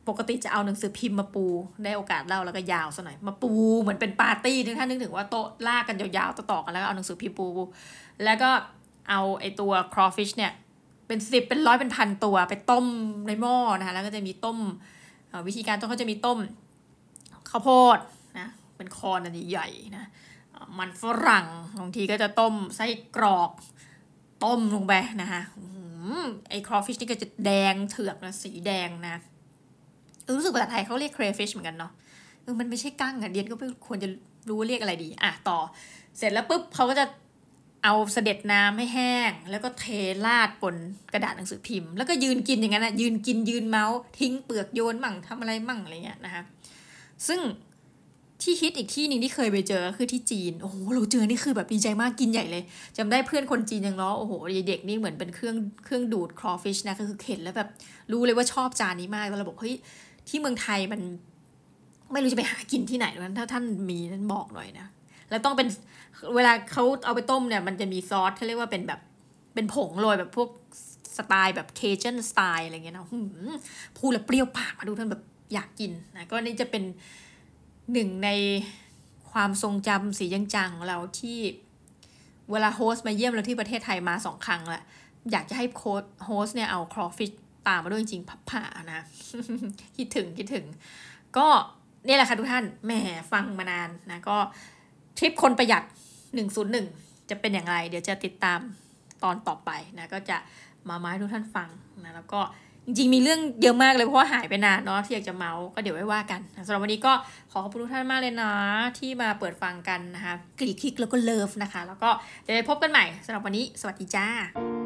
ปกติจะเอาหนังสือพิมพ์มาปูได้โอกาสเล่าแล้วก็ยาวซะหน่อยมาปูเหมือนเป็นปาร์ตี้นึกท่านนึกถึงว่าโต๊ะลากกันยาวๆต่อๆกันแล้วก็เอาหนังสือพิมพ์ปูแล้วก็เอาไอตัว crawfish เนี่ยเป็นสิบเป็นร้อยเป็นพันตัวไปต้มในหม้อนะคะแล้วก็จะมีต้มวิธีการต้มเขาจะมีต้มข้าวโพดนะเป็นคอนอันใหญ่ๆนะมันฝรั่งบางทีก็จะต้มไส้กรอกต้มลงไปนะคะไอ้ crawfish นี่ก็จะแดงเถือกนะสีแดงนะรู้สึกภาษาไทยเขาเรียก crayfish เหมือนกันเนาะเออมันไม่ใช่กั้งอ่ะเดียนก็ไม่ควรจะรู้เรียกอะไรดีอ่ะต่อเสร็จแล้วปุ๊บเขาก็จะเอาเสด็จน้ำให้แห้งแล้วก็เทราดบนกระดาษหนังสือพิมพ์แล้วก็ยืนกินอย่างนั้นนะยืนกินยืนเมาส์ทิ้งเปลือกโยนมั่งทำอะไรมั่งอะไรเงี้ยนะคะซึ่งที่ฮิตอีกที่นึงที่เคยไปเจอคือที่จีนโอ้โหเราเจอนี่คือแบบดีใจมากกินใหญ่เลยจำได้เพื่อนคนจีนยังล้อโอ้โหเด็กนี่เหมือนเป็นเครื่องเครื่องดูด crawfish นะก็คือเห็นแล้วแบบรู้เลยว่าชอบจานนี้มากแล้วเราบอกเฮ้ยที่เมืองไทยมันไม่รู้จะไปหากินที่ไหนนั้นถ้าท่านมีนั้นบอกหน่อยนะแล้วต้องเป็นเวลาเขาเอาไปต้มเนี่ยมันจะมีซอสเขาเรียกว่าเป็นแบบเป็นผงโรยแบบพวกสไตล์แบบเคเจนสไตล์อะไรเงี้ยนะพูดแล้วเปรี้ยวปากมาดูท่านแบบอยากกินนะก็นี่จะเป็นหนึ่งในความทรงจำสีจางๆของเราที่เวลาโฮสต์มาเยี่ยมเราที่ประเทศไทยมาสองครั้งละอยากจะให้โค้ชโฮสต์เนี่ยเอา crawfish ตามมาด้วยจริงๆพับผ่านะ คิดถึงคิดถึงก็นี่แหละค่ะทุกท่านแหมฟังมานานนะก็ทริปคนประหยัดหนึ่งศูนย์หนึ่งจะเป็นอย่างไรเดี๋ยวจะติดตามตอนต่อไปนะก็จะมามาให้ทุกท่านฟังนะแล้วก็จริงๆมีเรื่องเยอะมากเลยเพราะว่าหายไปนานเนาะที่อยากจะเมาส์ก็เดี๋ยวไว้ว่ากันสำหรับวันนี้ก็ขอขอบคุณทุกท่านมากเลยนะที่มาเปิดฟังกันนะคะคลิกคลิกแล้วก็เลิฟนะคะแล้วก็เดี๋ยวพบกันใหม่สำหรับวันนี้สวัสดีจ้า